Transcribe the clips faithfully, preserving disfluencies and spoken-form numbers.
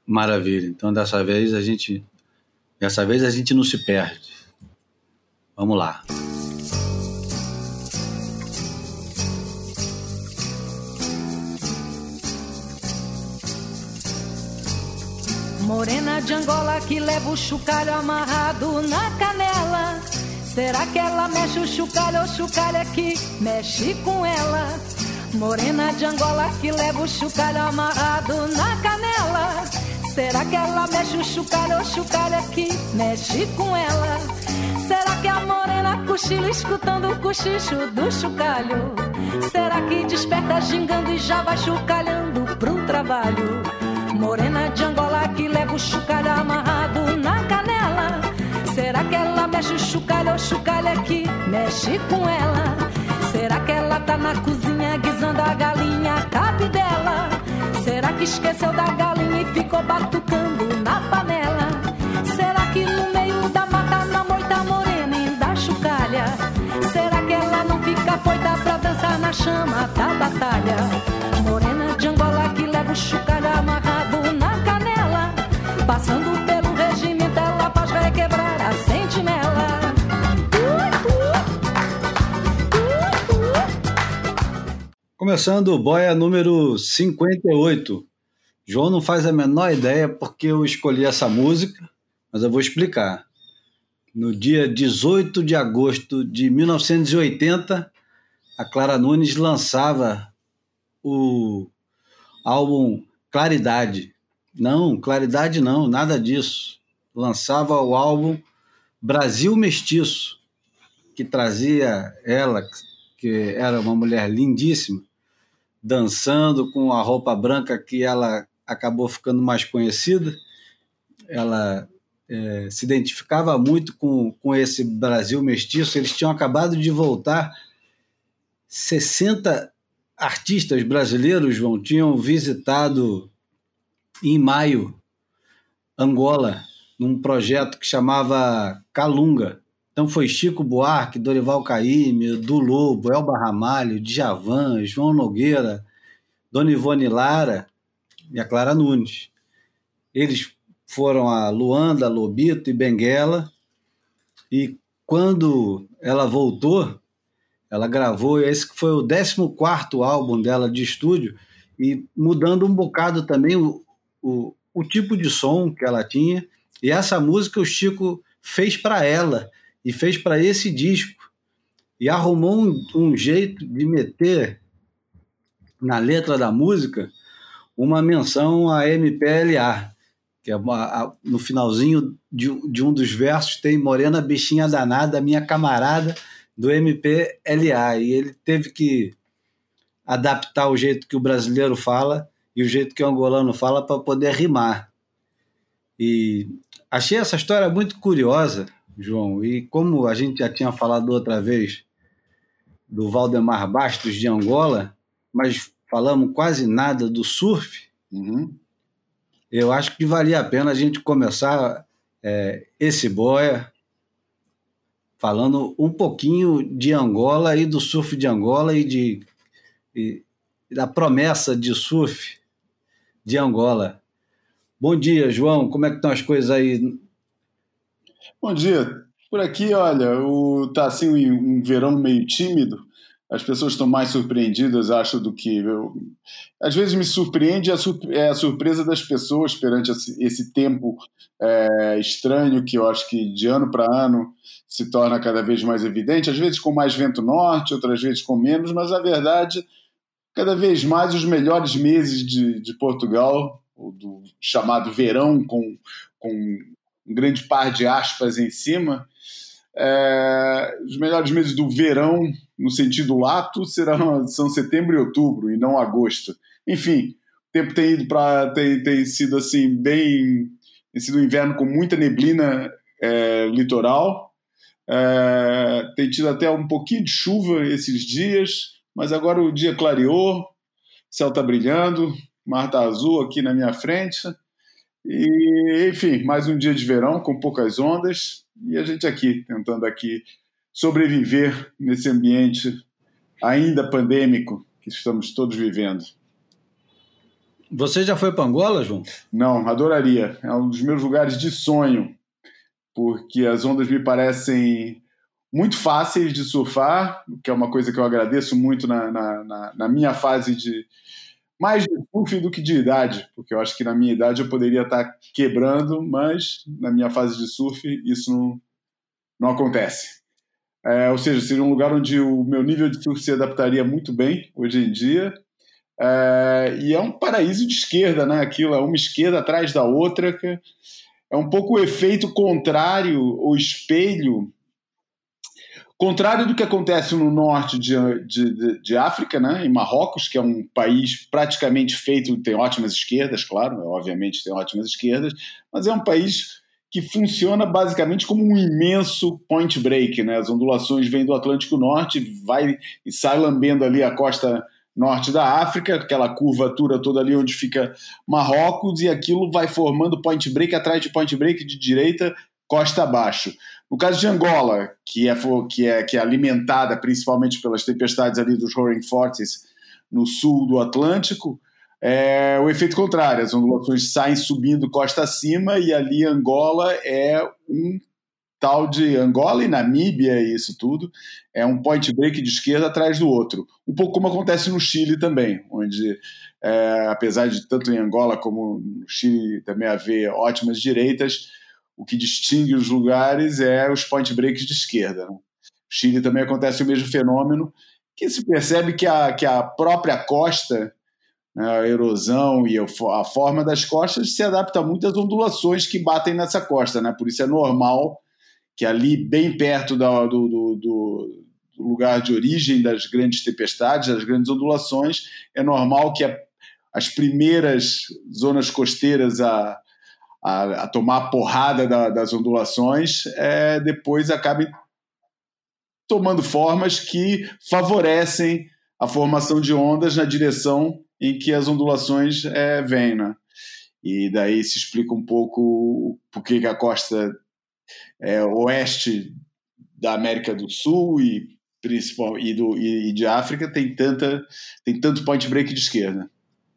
Maravilha. Então, dessa vez a gente, dessa vez a gente não se perde. Vamos lá. Morena de Angola que leva o chocalho amarrado na canela. Será que ela mexe o chocalho ou o chocalho é que mexe com ela? Morena de Angola que leva o chocalho amarrado na canela. Será que ela mexe o chocalho ou o chocalho é que mexe com ela? Será que a morena cochila escutando o cochicho do chocalho? Será que desperta gingando e já vai chocalhando pro trabalho? Morena de Angola que leva o chocalho amarrado na canela. Será que ela mexe o chocalho ou o chocalho é que mexe com ela? Será que ela tá na cozinha guisando a galinha a cabe dela? Será que esqueceu da galinha e ficou batucando na panela? Será que no meio da mata na moita morena ainda chocalha? Será que ela não fica foita pra dançar na chama da batalha? Morena de Angola que leva o chocalho amarrado na canela. Passando pelo regimento ela faz vai quebrar a sentinela. Começando o boia número cinquenta e oito. João não faz a menor ideia porque eu escolhi essa música, mas eu vou explicar. No dia dezoito de agosto de mil novecentos e oitenta, a Clara Nunes lançava o álbum Claridade. Não, Claridade não, nada disso. Lançava o álbum Brasil Mestiço, que trazia ela, que era uma mulher lindíssima, dançando com a roupa branca que ela acabou ficando mais conhecida. Ela é, se identificava muito com, com esse Brasil Mestiço. Eles tinham acabado de voltar. sessenta artistas brasileiros, João, tinham visitado em maio Angola, num projeto que chamava Calunga. Então foi Chico Buarque, Dorival Caymmi, Du Lobo, Elba Ramalho, Djavan, João Nogueira, Dona Ivone Lara e a Clara Nunes. Eles foram a Luanda, Lobito e Benguela, e quando ela voltou, ela gravou, esse que foi o décimo quarto álbum dela de estúdio, e mudando um bocado também o, o, o tipo de som que ela tinha. E essa música o Chico fez para ela, e fez para esse disco, e arrumou um, um jeito de meter na letra da música uma menção à M P L A, que é uma, a, no finalzinho de, de um dos versos tem Morena bichinha danada, minha camarada, do M P L A, e ele teve que adaptar o jeito que o brasileiro fala e o jeito que o angolano fala para poder rimar. E achei essa história muito curiosa, João, e como a gente já tinha falado outra vez do Valdemar Bastos de Angola, mas falamos quase nada do surf, uhum. Eu acho que valia a pena a gente começar é, esse boia falando um pouquinho de Angola e do surf de Angola e, de, e, e da promessa de surf de Angola. Bom dia, João. Como é que estão as coisas aí? Bom dia. Por aqui, olha, o, tá assim um, um verão meio tímido. As pessoas estão mais surpreendidas, acho, do que eu. Às vezes me surpreende a, sur... é a surpresa das pessoas perante esse, esse tempo é, estranho, que eu acho que de ano para ano se torna cada vez mais evidente, às vezes com mais vento norte, outras vezes com menos, mas a verdade, cada vez mais os melhores meses de, de Portugal, do chamado verão, com, com um grande par de aspas em cima, é, os melhores meses do verão, no sentido lato, serão, são setembro e outubro, e não agosto. Enfim, o tempo tem ido para tem, tem sido assim bem, tem sido um inverno com muita neblina é, litoral, é, tem tido até um pouquinho de chuva esses dias, mas agora o dia clareou, o céu está brilhando, o mar está azul aqui na minha frente. E, enfim, mais um dia de verão com poucas ondas e a gente aqui, tentando aqui sobreviver nesse ambiente ainda pandêmico que estamos todos vivendo. Você já foi para Angola, João? Não, adoraria. É um dos meus lugares de sonho, porque as ondas me parecem muito fáceis de surfar, que é uma coisa que eu agradeço muito na, na, na, na minha fase de mais de surf do que de idade, porque eu acho que na minha idade eu poderia estar quebrando, mas na minha fase de surf isso não, não acontece. É, ou seja, seria um lugar onde o meu nível de surf se adaptaria muito bem hoje em dia. É, e é um paraíso de esquerda, né? Aquilo é uma esquerda atrás da outra. Que é um pouco o efeito contrário, ou espelho, contrário do que acontece no norte de, de, de África, né? Em Marrocos, que é um país praticamente feito, tem ótimas esquerdas, claro, obviamente tem ótimas esquerdas, mas é um país que funciona basicamente como um imenso point break, né? As ondulações vêm do Atlântico Norte, vai e sai lambendo ali a costa norte da África, aquela curvatura toda ali onde fica Marrocos, e aquilo vai formando point break atrás de point break de direita, costa abaixo. No caso de Angola, que é, que é, que é alimentada principalmente pelas tempestades ali dos Roaring Forties no sul do Atlântico, é o efeito contrário, as ondulações saem subindo costa acima, e ali Angola é um tal de Angola e Namíbia e isso tudo, é um point break de esquerda atrás do outro. Um pouco como acontece no Chile também, onde, é, apesar de tanto em Angola como no Chile também haver ótimas direitas, o que distingue os lugares é os point breaks de esquerda. Né? No Chile também acontece o mesmo fenômeno, que se percebe que a, que a própria costa, a erosão e a forma das costas se adapta muito às ondulações que batem nessa costa, né? Por isso é normal que ali, bem perto da, do, do, do lugar de origem das grandes tempestades, das grandes ondulações, é normal que a, as primeiras zonas costeiras a, a, a tomar a porrada da, das ondulações é, depois acabem tomando formas que favorecem a formação de ondas na direção em que as ondulações é, vêm, né? E daí se explica um pouco por que a costa é, oeste da América do Sul e, principal, e, do, e, e de África tem, tanta, tem tanto point break de esquerda.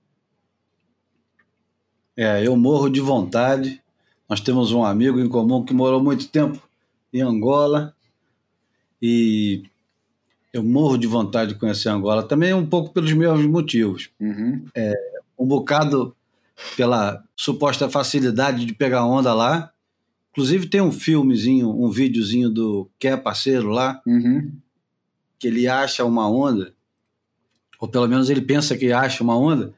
É, eu morro de vontade. Nós temos um amigo em comum que morou muito tempo em Angola e eu morro de vontade de conhecer Angola, também um pouco pelos mesmos motivos. Uhum. É, um bocado pela suposta facilidade de pegar onda lá. Inclusive tem um filmezinho, um videozinho do Que é Parceiro lá, uhum. que ele acha uma onda, ou pelo menos ele pensa que acha uma onda,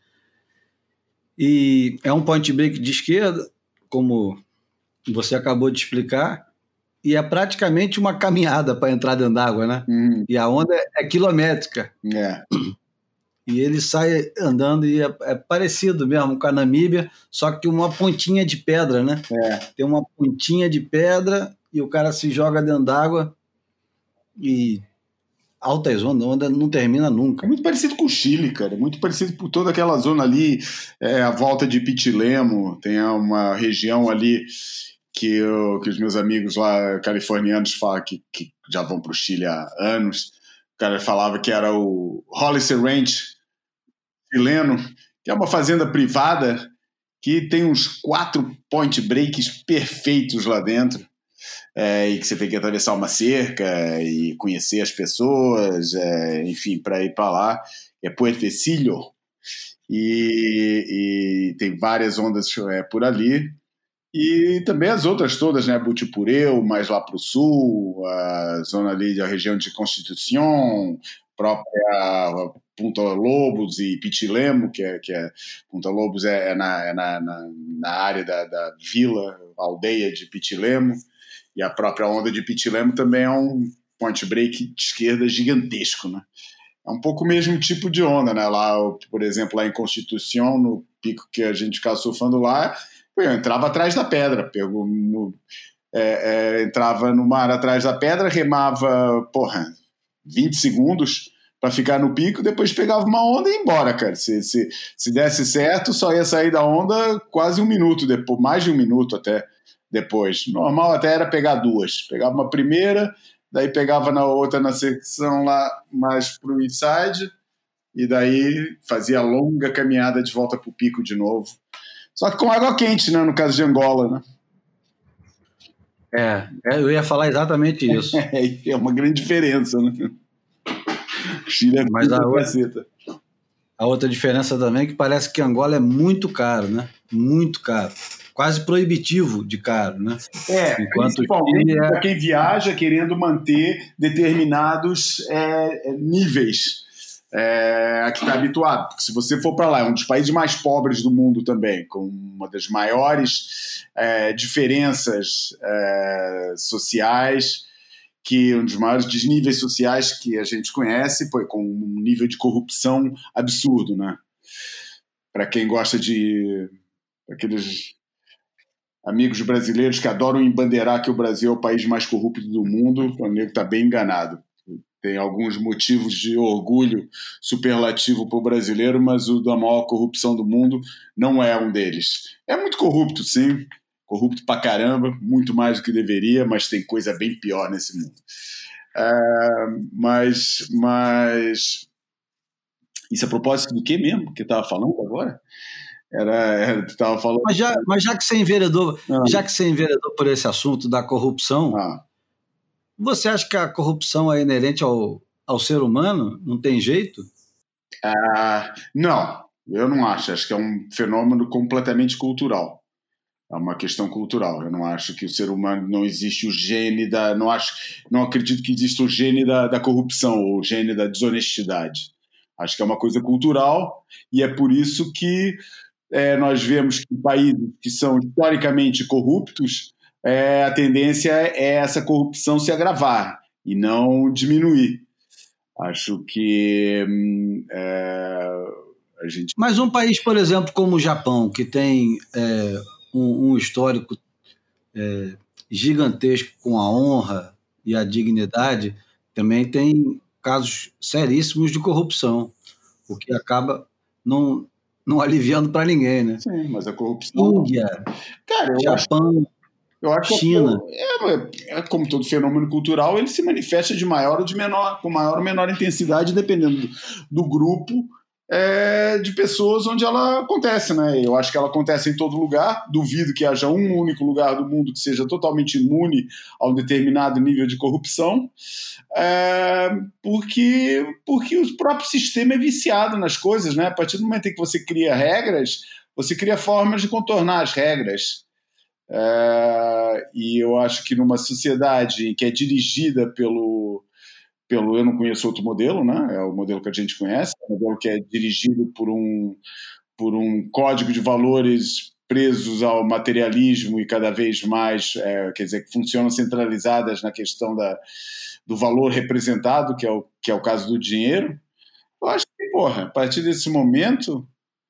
e é um point break de esquerda, como você acabou de explicar, e é praticamente uma caminhada para entrar dentro d'água, né? Uhum. E a onda é quilométrica. É. E ele sai andando e é, é parecido mesmo com a Namíbia, só que uma pontinha de pedra, né? É. Tem uma pontinha de pedra e o cara se joga dentro d'água e altas ondas, a onda não termina nunca. É muito parecido com o Chile, cara. Muito parecido por toda aquela zona ali, é, a volta de Pichilemu, tem uma região ali que, eu, que os meus amigos lá californianos falam que, que já vão para o Chile há anos. O cara falava que era o Hollister Ranch chileno, que é uma fazenda privada que tem uns quatro point breaks perfeitos lá dentro, é, e que você tem que atravessar uma cerca e conhecer as pessoas, é, enfim, para ir para lá. É Puertecillo, e, e tem várias ondas é, por ali. E também as outras todas, né? Butipureu, mais lá para o sul, a zona ali da região de Constituição, própria Punta Lobos e Pichilemu, que é, que é Punta Lobos é, é, na, é na, na, na área da, da vila, aldeia de Pichilemu, e a própria onda de Pichilemu também é um point break de esquerda gigantesco, né? É um pouco o mesmo tipo de onda, né? Lá, por exemplo, lá em Constituição, no pico que a gente ficava surfando lá, eu entrava atrás da pedra, pegou no, é, é, entrava no mar atrás da pedra, remava, porra, vinte segundos para ficar no pico, depois pegava uma onda e ia embora, cara. Se, se, se desse certo, só ia sair da onda quase um minuto depois, mais de um minuto até depois. Normal até era pegar duas. Pegava uma primeira, daí pegava na outra na secção lá mais pro inside, e daí fazia a longa caminhada de volta para o pico de novo. Só que com água quente, né, no caso de Angola, né? É, é, eu ia falar exatamente isso. É uma grande diferença, né? O Chile é Mas a muito outra, caceta. a outra diferença também é que parece que Angola é muito caro, né? Muito caro. Quase proibitivo de caro, né? É, enquanto principalmente é... para quem viaja querendo manter determinados é, níveis é, a que está habituado. Porque se você for para lá, é um dos países mais pobres do mundo também, com uma das maiores é, diferenças é, sociais, que um dos maiores desníveis sociais que a gente conhece, pô, com um nível de corrupção absurdo, né? Para quem gosta de aqueles amigos brasileiros que adoram embandeirar que o Brasil é o país mais corrupto do mundo, o nego está bem enganado. Tem alguns motivos de orgulho superlativo para o brasileiro, mas o da maior corrupção do mundo não é um deles. É muito corrupto, sim, corrupto pra caramba, muito mais do que deveria, mas tem coisa bem pior nesse mundo. É, mas, mas... Isso a propósito do que mesmo que eu estava falando agora? Era, era, tu tava falando... Mas já, mas já que você enveredou, ah. já que você enveredou por esse assunto da corrupção, ah. você acha que a corrupção é inerente ao, ao ser humano? Não tem jeito? Ah, não, eu não acho. Acho que é um fenômeno completamente cultural. É uma questão cultural. Eu não acho que o ser humano não existe o gene da... Não, acho, não acredito que exista o gene da, da corrupção ou o gene da desonestidade. Acho que é uma coisa cultural e é por isso que É, nós vemos que países que são historicamente corruptos, é, a tendência é essa corrupção se agravar e não diminuir. Acho que é, a gente... Mas um país, por exemplo, como o Japão, que tem é, um, um histórico é, gigantesco com a honra e a dignidade, também tem casos seríssimos de corrupção, o que acaba não... não aliviando para ninguém, né? Sim, mas a corrupção... Índia, Cara, eu Japão, acho, eu acho China... Que, é, é, como todo fenômeno cultural, ele se manifesta de maior ou de menor, com maior ou menor intensidade, dependendo do, do grupo é, de pessoas onde ela acontece, né? Eu acho que ela acontece em todo lugar. Duvido que haja um único lugar do mundo que seja totalmente imune a um determinado nível de corrupção, é, porque, porque o próprio sistema é viciado nas coisas, né? A partir do momento em que você cria regras, você cria formas de contornar as regras. É, e eu acho que numa sociedade que é dirigida pelo... pelo eu não conheço outro modelo, né? É o modelo que a gente conhece, é um modelo que é dirigido por um, por um código de valores presos ao materialismo e cada vez mais, é, quer dizer, que funcionam centralizadas na questão da, do valor representado, que é, o, que é o caso do dinheiro. Eu acho que, porra, a partir desse momento,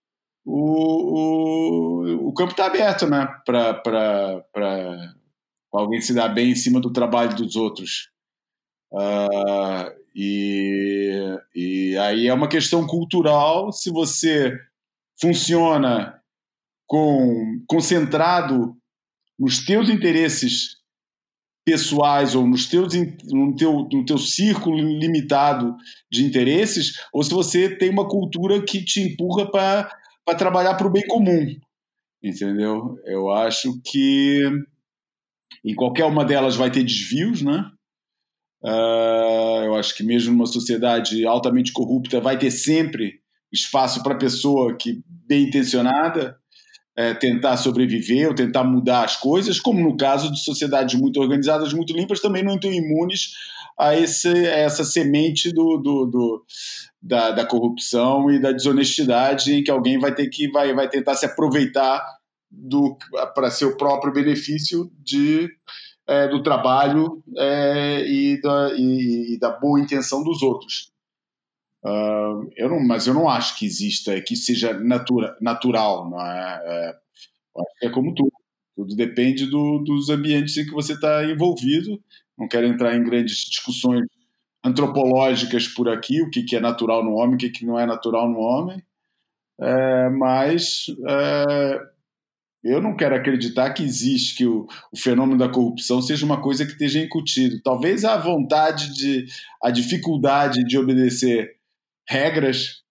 o, o, o campo está aberto, né? Para alguém se dar bem em cima do trabalho dos outros. Uh, e, e aí é uma questão cultural. Se você funciona com, concentrado nos teus interesses pessoais ou nos teus, no, teu, no teu círculo limitado de interesses, ou se você tem uma cultura que te empurra para trabalhar para o bem comum, entendeu? Eu acho que em qualquer uma delas vai ter desvios, né? Uh, eu acho que mesmo numa sociedade altamente corrupta vai ter sempre espaço para a pessoa que, bem intencionada, é, tentar sobreviver ou tentar mudar as coisas, como no caso de sociedades muito organizadas, muito limpas, também não estão imunes a, esse, a essa semente do, do, do, da, da corrupção e da desonestidade, em que alguém vai ter que vai, vai tentar se aproveitar para seu próprio benefício de É, do trabalho é, e, da, e, e da boa intenção dos outros. Uh, eu não, mas eu não acho que exista, que seja natura, natural. Não é? É, acho que é como tudo. Tudo depende do, dos ambientes em que você está envolvido. Não quero entrar em grandes discussões antropológicas por aqui, o que, que é natural no homem, o que, que não é natural no homem. É, mas... É, eu não quero acreditar que existe, que o, o fenômeno da corrupção seja uma coisa que esteja incutido. Talvez a vontade, de, a dificuldade de obedecer regras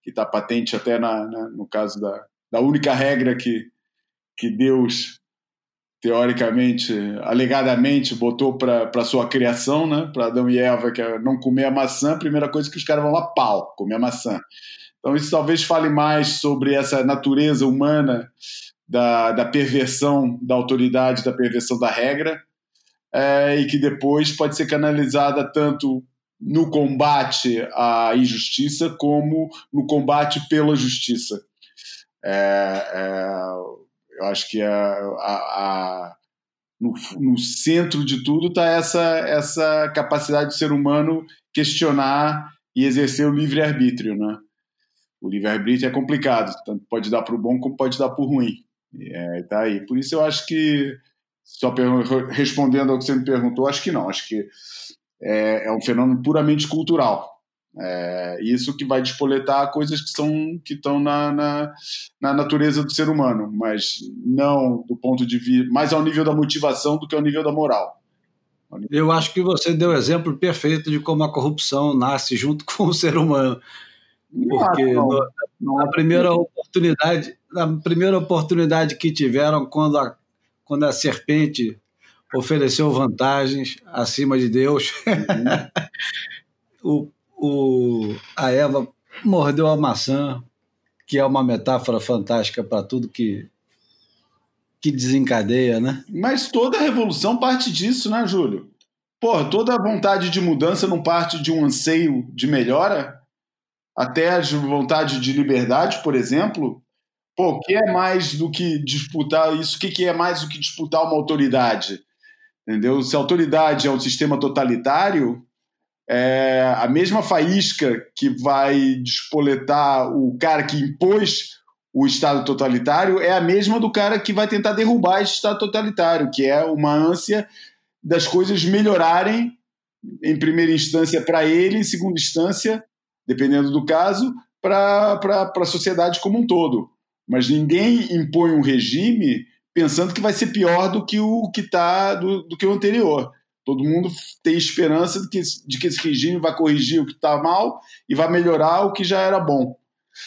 que está patente até na, na, no caso da, da única regra que, que Deus, teoricamente, alegadamente, botou para a sua criação, né? Para Adão e Eva, que é não comer a maçã, a primeira coisa que os caras vão lá, pau, comer a maçã. Então isso talvez fale mais sobre essa natureza humana da, da perversão da autoridade, da perversão da regra, é, e que depois pode ser canalizada tanto no combate à injustiça como no combate pela justiça. É, é, eu acho que a, a, a, no, no centro de tudo está essa, essa capacidade do ser humano questionar e exercer o livre-arbítrio, né? O livre-arbítrio é complicado, tanto pode dar para o bom como pode dar para o ruim. É, tá aí. Por isso eu acho que, só respondendo ao que você me perguntou, acho que não. Acho que é, é um fenômeno puramente cultural. É, isso que vai despoletar coisas que são que estão na, na, na natureza do ser humano, mas não do ponto de vista, mais ao nível da motivação do que ao nível da moral. Eu acho que você deu o exemplo perfeito de como a corrupção nasce junto com o ser humano. Porque não, não, não, na primeira oportunidade, na primeira oportunidade que tiveram, quando a, quando a serpente ofereceu vantagens acima de Deus, uhum. o O, a Eva mordeu a maçã, que é uma metáfora fantástica para tudo que, que desencadeia, né? Mas toda revolução parte disso, né, Júlio? Pô, toda vontade de mudança não parte de um anseio de melhora? Até a vontade de liberdade, por exemplo? Pô, o que é mais do que disputar isso? O que é mais do que disputar uma autoridade? Entendeu? Se a autoridade é um sistema totalitário, é a mesma faísca que vai despoletar o cara que impôs o Estado totalitário é a mesma do cara que vai tentar derrubar esse Estado totalitário, que é uma ânsia das coisas melhorarem, em primeira instância para ele, em segunda instância, dependendo do caso, para a sociedade como um todo. Mas ninguém impõe um regime pensando que vai ser pior do que o que tá, do, do que o anterior. Todo mundo tem esperança de que, de que esse regime vai corrigir o que está mal e vai melhorar o que já era bom.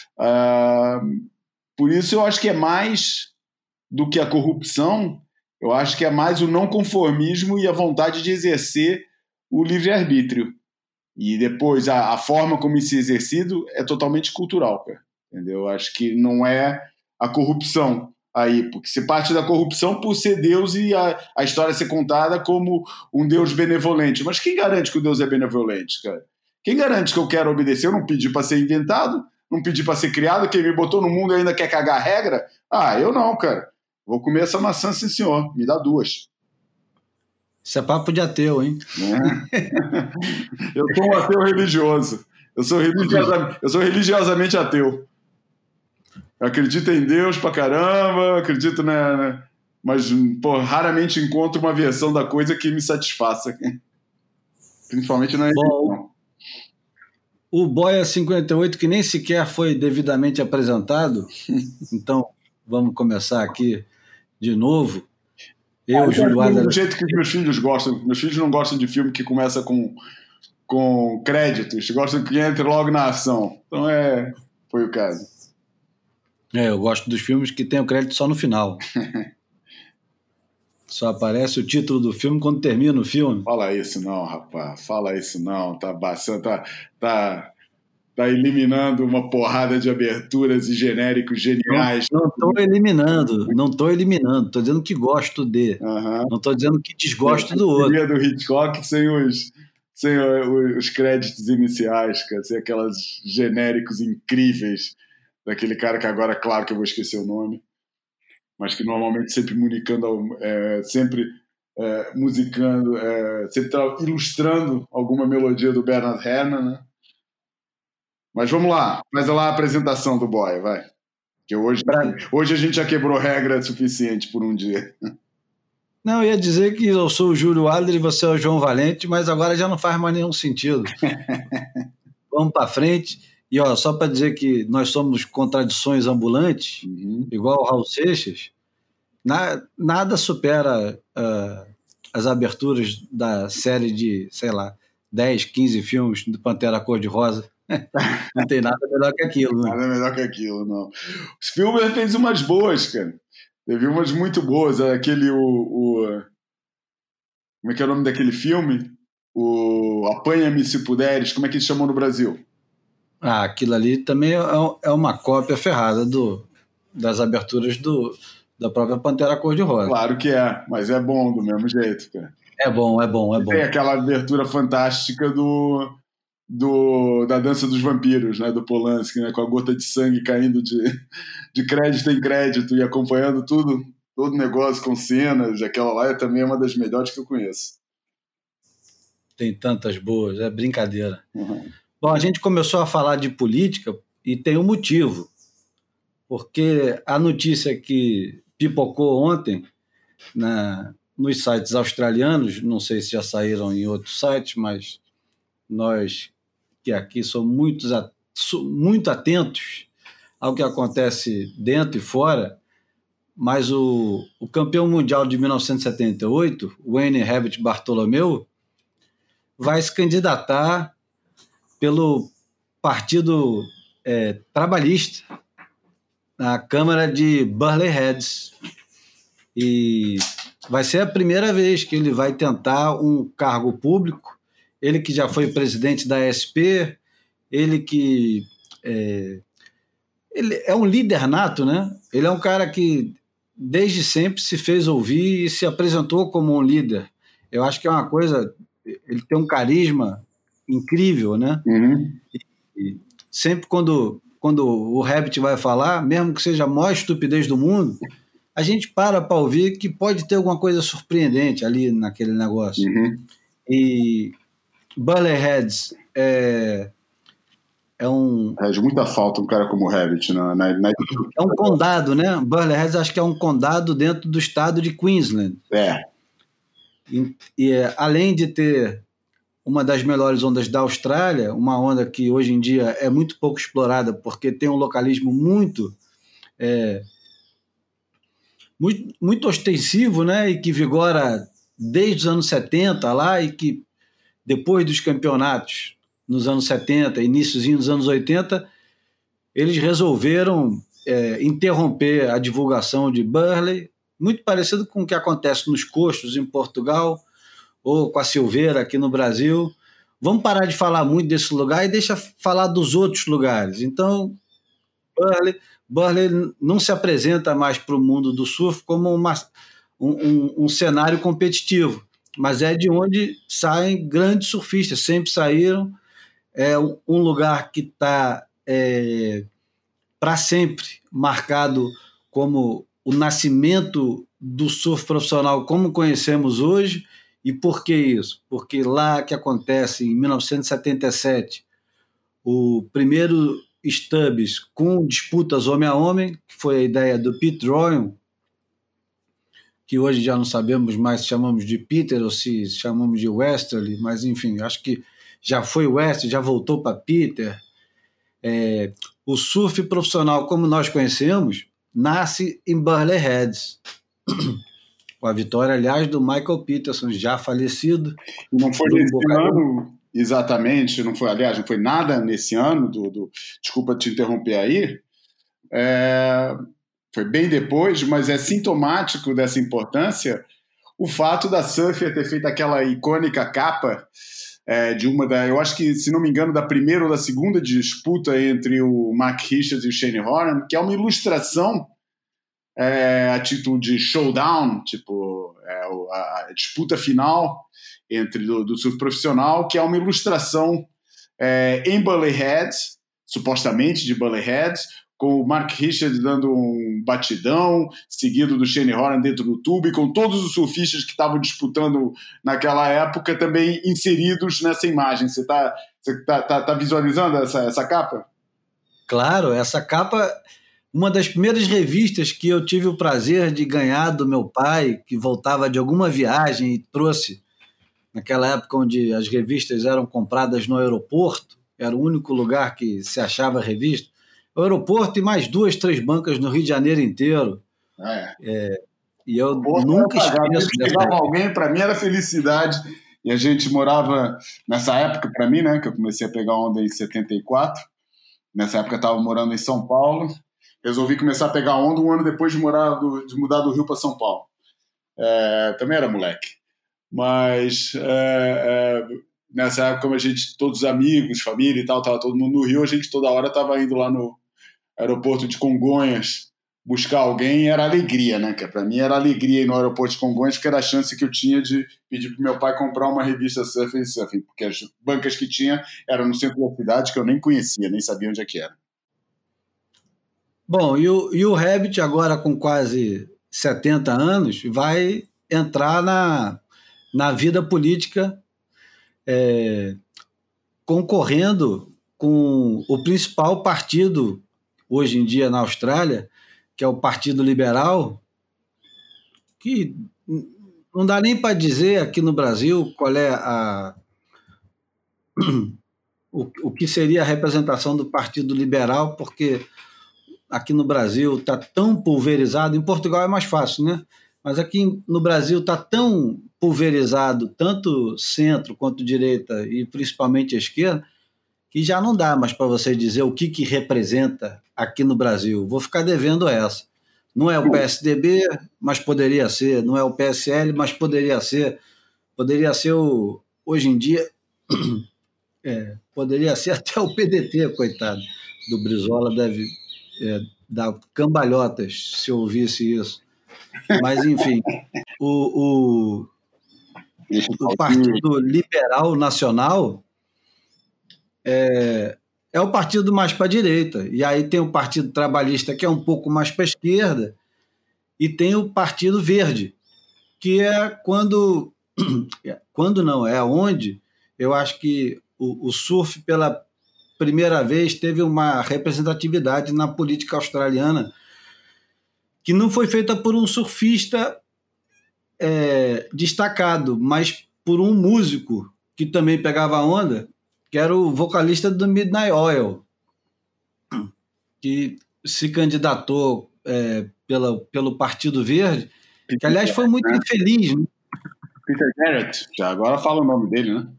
Uh, por isso eu acho que é mais do que a corrupção, eu acho que é mais o não conformismo e a vontade de exercer o livre-arbítrio. E depois a, a forma como isso é exercido é totalmente cultural, cara. Entendeu? Eu acho que não é a corrupção aí, porque se parte da corrupção por ser Deus e a, a história ser contada como um Deus benevolente. Mas quem garante que o Deus é benevolente, cara? Quem garante que eu quero obedecer? Eu não pedi para ser inventado, não pedi para ser criado, quem me botou no mundo ainda quer cagar a regra? Ah, eu não, cara. Vou comer essa maçã, sim senhor. Me dá duas. Isso é papo de ateu, hein? É. Eu sou um ateu religioso. Eu sou, religiosa, eu sou religiosamente ateu. Eu acredito em Deus pra caramba, acredito, né, né? Mas, pô, raramente encontro uma versão da coisa que me satisfaça. Principalmente na religião. O Boia cinquenta e oito, que nem sequer foi devidamente apresentado, então vamos começar aqui de novo. Eu, ah, Júlio Adler... Do jeito que meus filhos gostam. Meus filhos não gostam de filme que começa com, com créditos, gostam que entre logo na ação. Então, é, foi o caso. É, eu gosto dos filmes que tem o crédito só no final. Só aparece o título do filme quando termina o filme. Fala isso não, rapaz. Fala isso não. Tá bastante, tá, tá, tá eliminando uma porrada de aberturas e genéricos geniais. Não estou eliminando, não estou eliminando. Estou dizendo que gosto de. Uhum. Não estou dizendo que desgosto do outro. Eu do Hitchcock sem os, sem os créditos iniciais, cara, sem aquelas genéricos incríveis daquele cara que agora, claro que eu vou esquecer o nome, mas que normalmente sempre musicando, é, sempre é, musicando, é, sempre tá ilustrando alguma melodia do Bernard Herrmann, né? Mas vamos lá, faz lá a apresentação do Boia, vai. Que hoje, hoje a gente já quebrou regra suficiente por um dia. Não, eu ia dizer que eu sou o Júlio Adler e você é o João Valente, mas agora já não faz mais nenhum sentido. Vamos para frente. E ó, só para dizer que nós somos contradições ambulantes, uhum. igual o Raul Seixas, na, nada supera uh, as aberturas da série de, sei lá, dez, quinze filmes do Pantera Cor-de-Rosa. Não tem nada melhor que aquilo, né? Nada melhor que aquilo, não. O Spielberg fez umas boas, cara. Teve umas muito boas. Aquele, o, o... Como é que é o nome daquele filme? O Apanha-me se puderes. Como é que eles chamam no Brasil? Ah, aquilo ali também é uma cópia ferrada do, das aberturas do, da própria Pantera Cor-de-Rosa. Claro que é, mas é bom do mesmo jeito, cara. É bom, é bom, é bom. Tem aquela abertura fantástica do, do, da Dança dos Vampiros, né, do Polanski, né, com a gota de sangue caindo de, de crédito em crédito e acompanhando tudo, todo o negócio com cenas. Aquela lá é também uma das melhores que eu conheço. Tem tantas boas, é brincadeira. Uhum. Bom, a gente começou a falar de política e tem um motivo, porque a notícia que pipocou ontem na, nos sites australianos, não sei se já saíram em outros sites, mas nós que aqui somos muito, muito atentos ao que acontece dentro e fora, mas o, o campeão mundial de mil novecentos e setenta e oito, Wayne Herbert Bartholomew, vai se candidatar pelo Partido é, Trabalhista na Câmara de Burleigh Heads. E vai ser a primeira vez que ele vai tentar um cargo público. Ele que já foi presidente da A S P, ele que é, ele é um líder nato, né? Ele é um cara que desde sempre se fez ouvir e se apresentou como um líder. Eu acho que é uma coisa... Ele tem um carisma incrível, né? Uhum. E, e sempre quando, quando o Herbert vai falar, mesmo que seja a maior estupidez do mundo, a gente para para ouvir que pode ter alguma coisa surpreendente ali naquele negócio. Uhum. E Burleigh Heads é, é um... Faz muita falta um cara como o Herbert. Na, na, na... É um condado, né? Burleigh Heads acho que é um condado dentro do estado de Queensland. É. E, e além de ter uma das melhores ondas da Austrália, uma onda que hoje em dia é muito pouco explorada porque tem um localismo muito é, muito, muito ostensivo, né? E que vigora desde os anos setenta lá e que depois dos campeonatos nos anos setenta, iníciozinho dos anos oitenta, eles resolveram é, interromper a divulgação de Burleigh, muito parecido com o que acontece nos Coxos em Portugal ou com a Silveira aqui no Brasil. Vamos parar de falar muito desse lugar e deixa falar dos outros lugares. Então, Burleigh, Burleigh não se apresenta mais para o mundo do surf como uma, um, um, um cenário competitivo, mas é de onde saem grandes surfistas, sempre saíram. É um lugar que está é, para sempre marcado como o nascimento do surf profissional como conhecemos hoje. E por que isso? Porque lá que acontece, em mil novecentos e setenta e sete, o primeiro Stubbs com disputas homem a homem, que foi a ideia do Pete Royan, que hoje já não sabemos mais se chamamos de Peter ou se chamamos de Westerly, mas enfim, acho que já foi Westerly, já voltou para Peter. É, o surf profissional como nós conhecemos nasce em Burleigh Heads, com a vitória, aliás, do Michael Peterson, já falecido. Não foi nesse ano, exatamente, não foi, aliás, não foi nada nesse ano, do, do desculpa te interromper aí, é, foi bem depois, mas é sintomático dessa importância o fato da Surfer ter feito aquela icônica capa é, de uma da, eu acho que, se não me engano, da primeira ou da segunda disputa entre o Mark Richards e o Shane Horan, que é uma ilustração É, a título de showdown, tipo é, a, a disputa final entre do, do surf profissional, que é uma ilustração é, em Burleigh Heads, supostamente de Burleigh Heads, com o Mark Richards dando um batidão, seguido do Shane Horan dentro do tubo, e com todos os surfistas que estavam disputando naquela época também inseridos nessa imagem. Você está você tá, tá, tá visualizando essa, essa capa? Claro, essa capa... Uma das primeiras revistas que eu tive o prazer de ganhar do meu pai, que voltava de alguma viagem e trouxe, naquela época onde as revistas eram compradas no aeroporto, era o único lugar que se achava revista, o aeroporto e mais duas, três bancas no Rio de Janeiro inteiro. É. É, e eu Porra, nunca esqueço dessa. Alguém, para mim era felicidade E a gente morava, nessa época, para mim, né, que eu comecei a pegar onda em setenta e quatro, nessa época eu estava morando em São Paulo, resolvi começar a pegar onda um ano depois de, morar do, de mudar do Rio para São Paulo. É, também era moleque. Mas é, é, nessa época, como a gente, todos os amigos, família e tal, estava todo mundo no Rio, a gente toda hora estava indo lá no aeroporto de Congonhas buscar alguém, e era alegria, né? Que para mim era alegria ir no aeroporto de Congonhas, porque era a chance que eu tinha de pedir para meu pai comprar uma revista Surfing e Surfing, porque as bancas que tinha eram no centro da cidade, que eu nem conhecia, nem sabia onde é que era. Bom, e o, e o Rabbit, agora com quase setenta anos, vai entrar na, na vida política, é, concorrendo com o principal partido hoje em dia na Austrália, que é o Partido Liberal, que não dá nem para dizer aqui no Brasil qual é a, o, o que seria a representação do Partido Liberal, porque aqui no Brasil está tão pulverizado, em Portugal é mais fácil, né? Mas aqui no Brasil está tão pulverizado, tanto centro quanto direita e principalmente a esquerda, que já não dá mais para você dizer o que, que representa aqui no Brasil. Vou ficar devendo essa. Não é o P S D B, mas poderia ser. Não é o P S L, mas poderia ser. Poderia ser o... Hoje em dia, é, poderia ser até o P D T, coitado do Brizola, deve é, dar cambalhotas se ouvisse isso. Mas, enfim, o, o, o Partido Liberal Nacional é, é o partido mais para a direita. E aí tem o Partido Trabalhista, que é um pouco mais para a esquerda, e tem o Partido Verde, que é quando... Quando não, é onde eu acho que o, o surf, pela primeira vez, teve uma representatividade na política australiana que não foi feita por um surfista é, destacado, mas por um músico que também pegava onda, que era o vocalista do Midnight Oil, que se candidatou é, pela, pelo Partido Verde, que, aliás, foi muito infeliz, né? Peter Garrett, já agora fala o nome dele, né?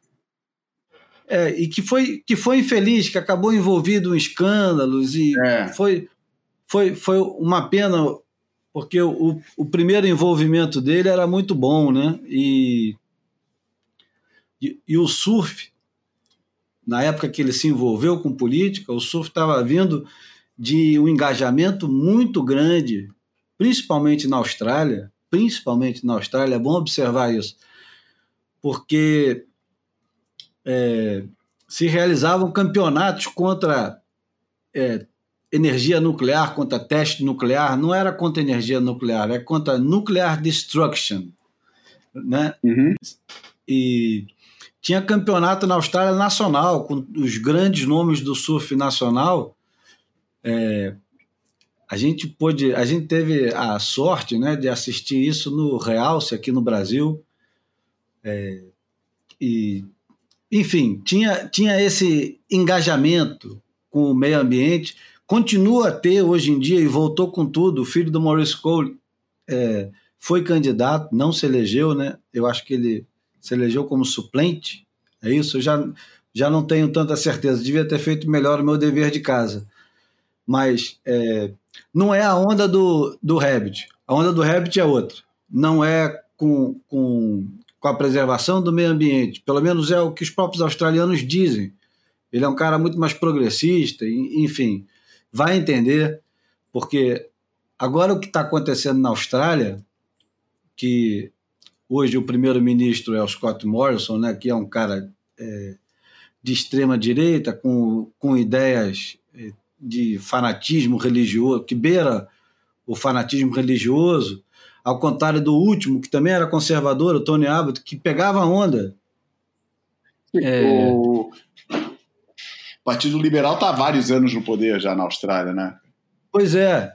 É, e que foi, que foi infeliz, que acabou envolvido em escândalos, e é. foi, foi, foi uma pena, porque o, o primeiro envolvimento dele era muito bom, né? E, e, e o surf, na época que ele se envolveu com política, o surf estava vindo de um engajamento muito grande, principalmente na Austrália, principalmente na Austrália, é bom observar isso, porque é, se realizavam campeonatos contra é, energia nuclear, contra teste nuclear, não era contra energia nuclear, é contra nuclear destruction, né? Uhum. E tinha campeonato na Austrália nacional, com os grandes nomes do surf nacional. é, A gente pôde, a gente teve a sorte, né, de assistir isso no Realce, aqui no Brasil. É, e, enfim, tinha, tinha esse engajamento com o meio ambiente, continua a ter hoje em dia, e voltou com tudo. O filho do Maurice Cole é, foi candidato, não se elegeu, né? Eu acho que ele se elegeu como suplente, é isso? Eu já, já não tenho tanta certeza, devia ter feito melhor o meu dever de casa. Mas é, não é a onda do, do Rabbit. A onda do Rabbit é outra. Não é com, com, com a preservação do meio ambiente. Pelo menos é o que os próprios australianos dizem. Ele é um cara muito mais progressista, enfim, vai entender, porque agora o que está acontecendo na Austrália, que hoje o primeiro-ministro é o Scott Morrison, né, que é um cara é, de extrema-direita, com, com ideias... É, de fanatismo religioso, que beira o fanatismo religioso, ao contrário do último, que também era conservador, o Tony Abbott, que pegava onda. É... O Partido Liberal está há vários anos no poder já na Austrália, né? Pois é.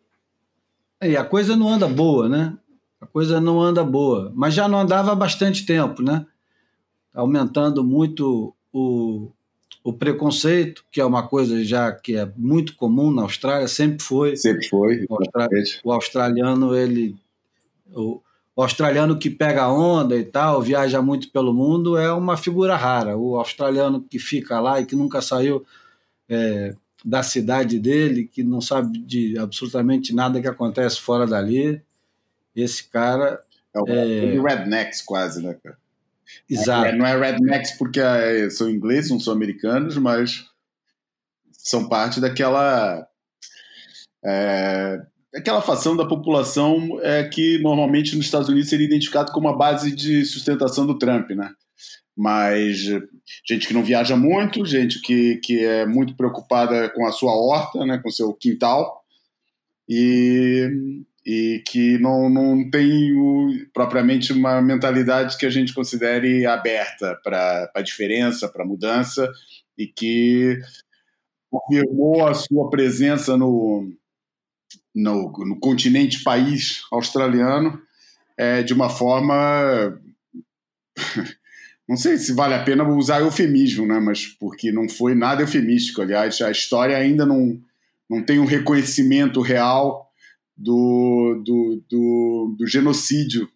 E a coisa não anda boa, né? A coisa não anda boa. Mas já não andava há bastante tempo, né? Aumentando muito o... o preconceito, que é uma coisa já que é muito comum na Austrália, sempre foi. Sempre foi. O, austra... o australiano, ele, o, o australiano que pega onda e tal, viaja muito pelo mundo, é uma figura rara. O australiano que fica lá e que nunca saiu é, da cidade dele, que não sabe de absolutamente nada que acontece fora dali, esse cara... É o é... rednecks quase, né, cara? Exato. É, não é rednecks porque é, são ingleses, não são americanos, mas são parte daquela... É, aquela facção da população é, que normalmente nos Estados Unidos seria identificado como a base de sustentação do Trump, né? Mas gente que não viaja muito, gente que, que é muito preocupada com a sua horta, né, com o seu quintal, e, e que não, não tem o, propriamente uma mentalidade que a gente considere aberta para a diferença, para a mudança, e que confirmou a sua presença no, no, no continente país australiano é, de uma forma... Não sei se vale a pena usar eufemismo, né? Mas porque não foi nada eufemístico. Aliás, a história ainda não, não tem um reconhecimento real do, do, do, do genocídio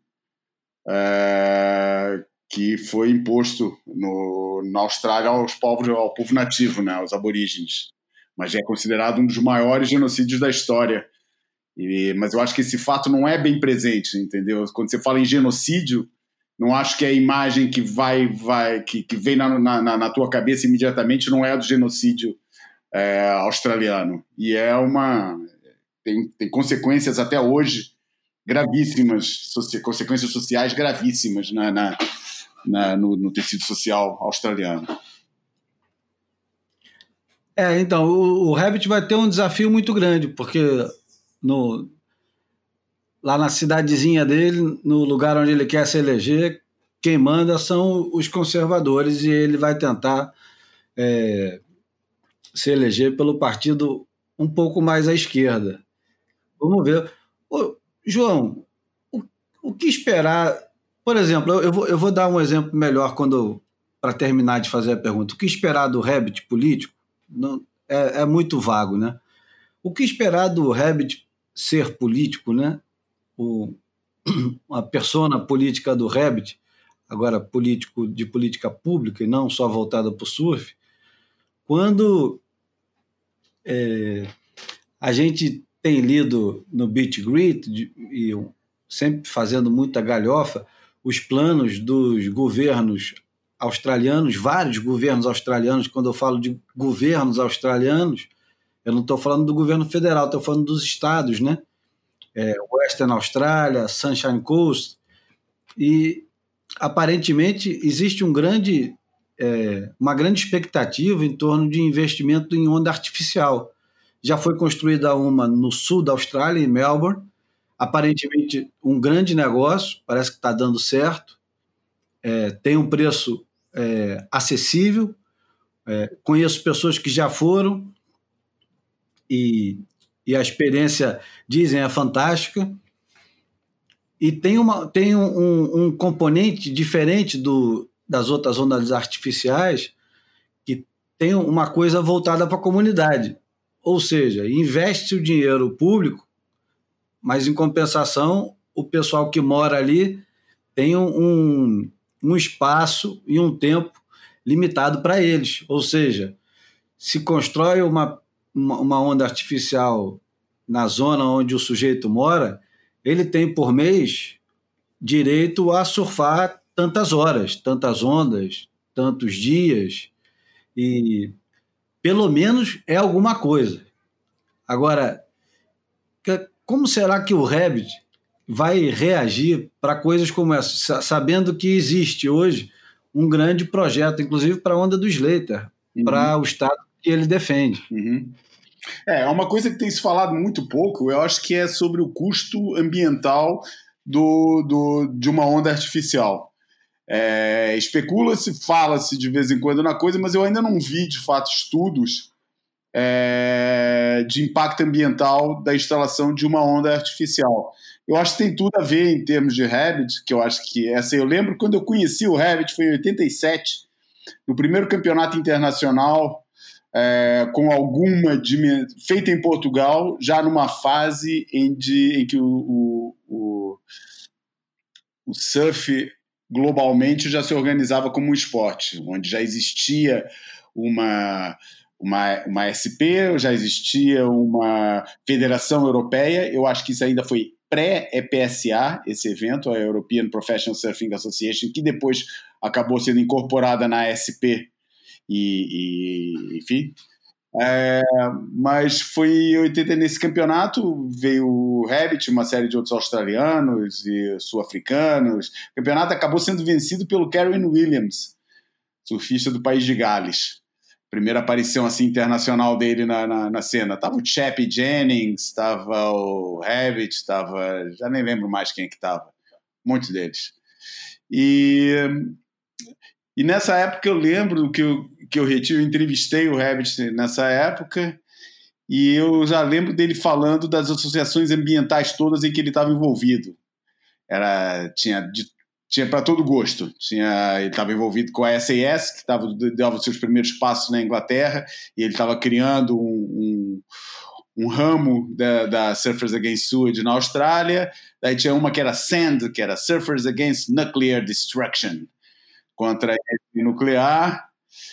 é, que foi imposto no, na Austrália aos povos, ao povo nativo, né? Aos aborígenes. Mas é considerado um dos maiores genocídios da história. E, mas eu acho que esse fato não é bem presente, entendeu? Quando você fala em genocídio, não acho que a imagem que vai, vai que, que vem na, na, na tua cabeça imediatamente não é a do genocídio é, australiano. E é uma... Tem, tem consequências até hoje gravíssimas, soci, consequências sociais gravíssimas na, na, na, no, no tecido social australiano. É, então, o, o Rabbit vai ter um desafio muito grande, porque no... lá na cidadezinha dele, no lugar onde ele quer se eleger, quem manda são os conservadores e ele vai tentar é, se eleger pelo partido um pouco mais à esquerda. Vamos ver. Ô, João, o, o que esperar... Por exemplo, eu, eu, vou, eu vou dar um exemplo melhor para terminar de fazer a pergunta. O que esperar do Rabbit político não, é, é muito vago, né? O que esperar do Rabbit ser político, né? O, a persona política do Rabbit, agora político de política pública e não só voltada para o surf, quando é, a gente tem lido no Beat Grit, de, e sempre fazendo muita galhofa, os planos dos governos australianos, vários governos australianos, quando eu falo de governos australianos, eu não estou falando do governo federal, estou falando dos estados, né? É, Western Australia, Sunshine Coast, e aparentemente existe um grande, é, uma grande expectativa em torno de investimento em onda artificial. Já foi construída uma no sul da Austrália, em Melbourne, aparentemente um grande negócio, parece que está dando certo, é, tem um preço é, acessível, é, conheço pessoas que já foram e... e a experiência, dizem, é fantástica, e tem, uma, tem um, um componente diferente do, das outras ondas artificiais, que tem uma coisa voltada para a comunidade, ou seja, investe o dinheiro público, mas em compensação o pessoal que mora ali tem um, um espaço e um tempo limitado para eles, ou seja, se constrói uma uma onda artificial na zona onde o sujeito mora, ele tem por mês direito a surfar tantas horas, tantas ondas, tantos dias, e pelo menos é alguma coisa. Agora, como será que o Rabbit vai reagir para coisas como essa, sabendo que existe hoje um grande projeto, inclusive para a onda do Slater, uhum. para o estado que ele defende? Uhum. É, uma coisa que tem se falado muito pouco, eu acho que é sobre o custo ambiental do, do, de uma onda artificial. É, especula-se, fala-se de vez em quando na coisa, mas eu ainda não vi, de fato, estudos é, de impacto ambiental da instalação de uma onda artificial. Eu acho que tem tudo a ver em termos de Rabbit, que eu acho que essa eu lembro quando eu conheci o Rabbit, foi em oitenta e sete, no primeiro campeonato internacional, É, com alguma feita em Portugal, já numa fase em, de, em que o, o, o, o surf globalmente já se organizava como um esporte, onde já existia uma, uma, uma S P, já existia uma federação europeia. Eu acho que isso ainda foi pré-E P S A, esse evento, a European Professional Surfing Association, que depois acabou sendo incorporada na S P, e, e enfim... É, mas foi em oitenta, nesse campeonato veio o Rabbit, uma série de outros australianos e sul-africanos. O campeonato acabou sendo vencido pelo Karen Williams, surfista do país de Gales. Primeira aparição assim, internacional dele na, na, na cena. Tava o Chappie Jennings, tava o Rabbit, tava, já nem lembro mais quem é que tava, muitos deles. E, e nessa época eu lembro que eu que eu retiro, eu entrevistei o Rabbit nessa época, e eu já lembro dele falando das associações ambientais todas em que ele estava envolvido. Era, tinha, de, tinha para todo gosto. Tinha, ele estava envolvido com a S A S, que tava, dava os seus primeiros passos na Inglaterra, e ele estava criando um, um, um ramo da, da Surfers Against Sewage na Austrália. Daí tinha uma que era SAND, que era Surfers Against Nuclear Destruction, contra a energia nuclear.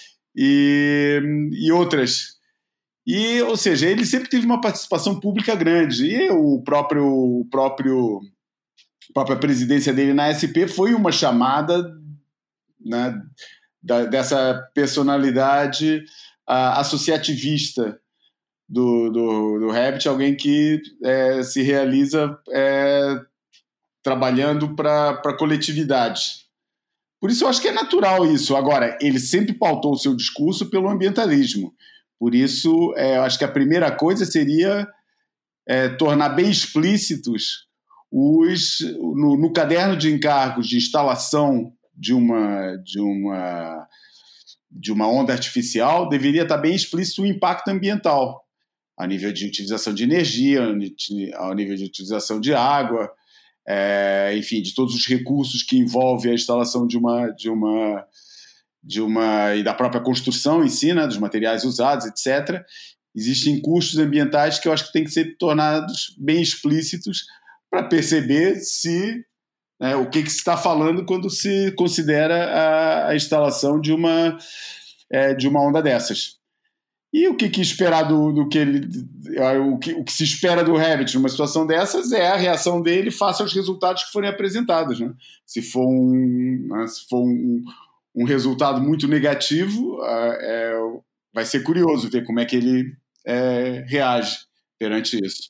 E, e outras. E, ou seja, ele sempre teve uma participação pública grande. E o próprio, o próprio, a própria presidência dele na S P foi uma chamada, né, da, dessa personalidade uh, associativista do, do, do Rabbit, alguém que é, se realiza é, trabalhando para a coletividade. Por isso eu acho que é natural isso. Agora, ele sempre pautou o seu discurso pelo ambientalismo. Por isso, é, eu acho que a primeira coisa seria é, tornar bem explícitos os, no, no caderno de encargos de instalação de uma, de, uma, de uma onda artificial, deveria estar bem explícito o impacto ambiental, a nível de utilização de energia, ao nível de utilização de água, É, enfim, de todos os recursos que envolvem a instalação de uma, de uma, de uma e da própria construção em si, né, dos materiais usados, etcétera. Existem custos ambientais que eu acho que têm que ser tornados bem explícitos para perceber se, né, o que, que se está falando quando se considera a, a instalação de uma, é, de uma onda dessas. E o que, que esperar do, do que ele, o que, o que se espera do Rabbit numa situação dessas é a reação dele face aos resultados que forem apresentados, né? Se for um, né, se for um, um resultado muito negativo, é, vai ser curioso ver como é que ele é, reage perante isso.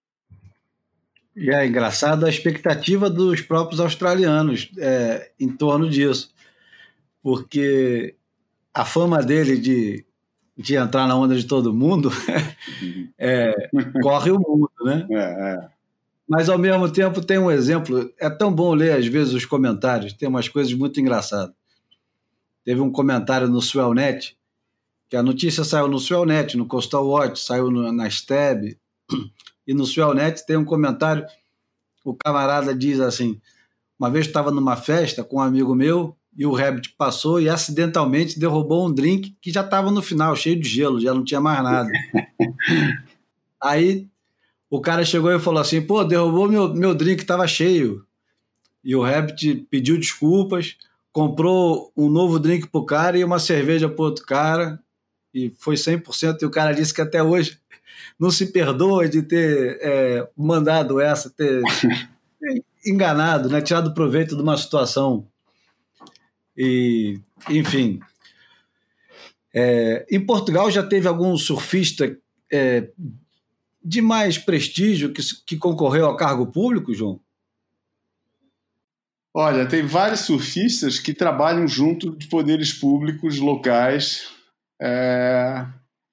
E é engraçado a expectativa dos próprios australianos é, em torno disso, porque a fama dele de de entrar na onda de todo mundo, é, corre o mundo, né? É, é. Mas, ao mesmo tempo, tem um exemplo, é tão bom ler, às vezes, os comentários, tem umas coisas muito engraçadas. Teve um comentário no Swellnet, que a notícia saiu no Swellnet, no Coastal Watch, saiu no, na Stab, e no Swellnet tem um comentário, o camarada diz assim, uma vez estava numa festa com um amigo meu, e o Rabbit passou e acidentalmente derrubou um drink que já estava no final, cheio de gelo, já não tinha mais nada. Aí o cara chegou e falou assim, pô, derrubou meu, meu drink, estava cheio. E o Rabbit pediu desculpas, comprou um novo drink pro cara e uma cerveja pro outro cara, e foi cem por cento, e o cara disse que até hoje não se perdoa de ter é, mandado essa, ter enganado, né, tirado proveito de uma situação. E, enfim, é, em Portugal já teve algum surfista é, de mais prestígio que, que concorreu ao cargo público, João? Olha, tem vários surfistas que trabalham junto de poderes públicos locais, é,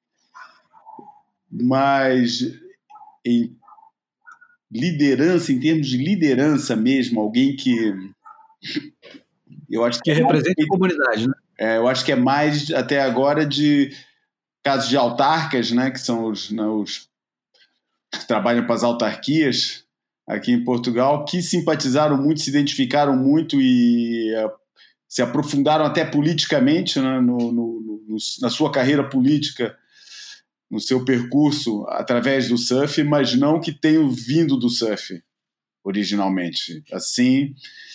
mas em liderança, em termos de liderança mesmo, alguém que eu acho que, que representa a comunidade, né? É, eu acho que é mais até agora de casos de autarcas, né, que são os, né, os que trabalham para as autarquias aqui em Portugal, que simpatizaram muito, se identificaram muito e uh, se aprofundaram até politicamente, né, no, no, no, na sua carreira política, no seu percurso através do surf, mas não que tenham vindo do surf originalmente. Assim,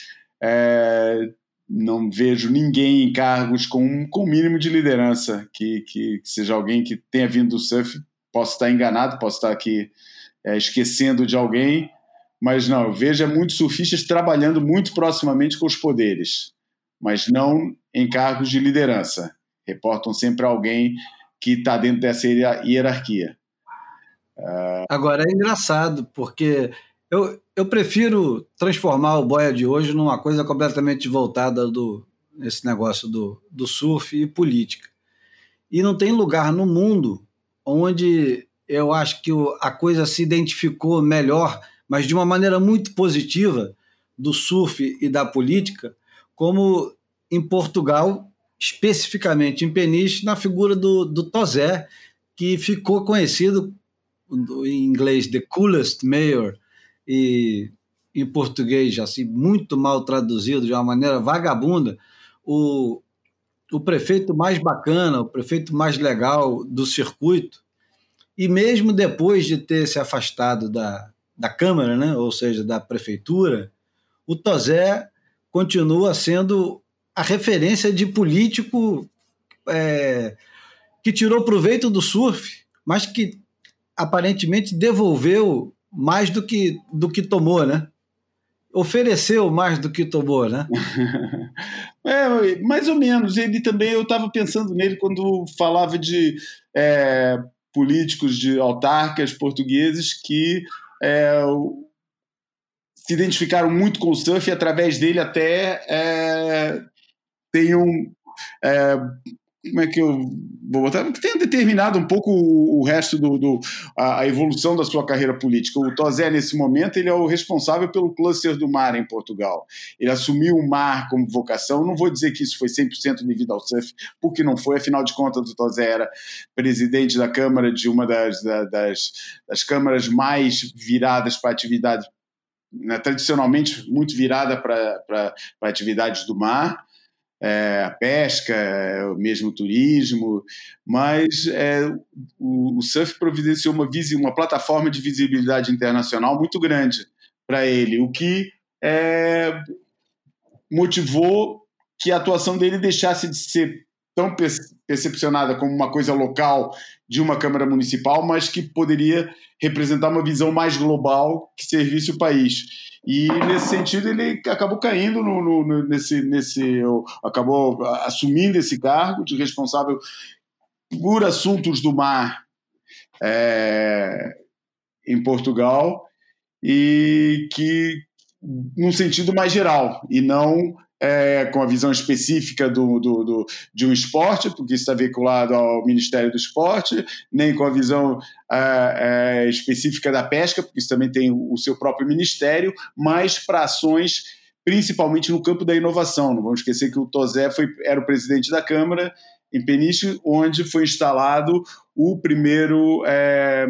é, não vejo ninguém em cargos com com mínimo de liderança, que, que, que seja alguém que tenha vindo do surf. Posso estar enganado, posso estar aqui é, esquecendo de alguém, mas não, eu vejo é muitos surfistas trabalhando muito proximamente com os poderes, mas não em cargos de liderança. Reportam sempre a alguém que está dentro dessa hierarquia. Uh... Agora, é engraçado, porque eu, eu prefiro transformar o boia de hoje numa coisa completamente voltada do, nesse negócio do, do surf e política. E não tem lugar no mundo onde eu acho que a coisa se identificou melhor, mas de uma maneira muito positiva, do surf e da política, como em Portugal, especificamente em Peniche, na figura do, do Tozé, que ficou conhecido em inglês The Coolest Mayor, e em português assim, muito mal traduzido, de uma maneira vagabunda, o, o prefeito mais bacana, o prefeito mais legal do circuito. E mesmo depois de ter se afastado da, da Câmara, né, ou seja, da Prefeitura, o Tozé continua sendo a referência de político é, que tirou proveito do surf, mas que aparentemente devolveu mais do que, do que tomou, né? Ofereceu mais do que tomou, né? É, mais ou menos. Ele também, eu estava pensando nele quando falava de é, políticos, de autarcas portugueses que é, se identificaram muito com o surf e através dele até é, tenham... É, como é que eu vou botar? Que tenha determinado um pouco o, o resto do, do a, a evolução da sua carreira política. O Tozé, nesse momento, ele é o responsável pelo cluster do mar em Portugal. Ele assumiu o mar como vocação. Não vou dizer que isso foi cem por cento devido ao surf, porque não foi. Afinal de contas, o Tozé era presidente da Câmara, de uma das, das, das câmaras mais viradas para atividades, né, tradicionalmente muito virada para, para, para atividades do mar. É, a pesca, é, o mesmo turismo, mas é, o, o surf providenciou uma, visi, uma plataforma de visibilidade internacional muito grande para ele, o que é, motivou que a atuação dele deixasse de ser tão percepcionada como uma coisa local de uma Câmara Municipal, mas que poderia representar uma visão mais global que servisse o país. E, nesse sentido, ele acabou caindo no, no, nesse, nesse... acabou assumindo esse cargo de responsável por assuntos do mar é, em Portugal, e que, num sentido mais geral, e não é, com a visão específica do, do, do, de um esporte, porque isso está vinculado ao Ministério do Esporte, nem com a visão é, é, específica da pesca, porque isso também tem o seu próprio ministério, mas para ações principalmente no campo da inovação. Não vamos esquecer que o Tozé foi, era o presidente da Câmara em Peniche, onde foi instalado o primeiro é,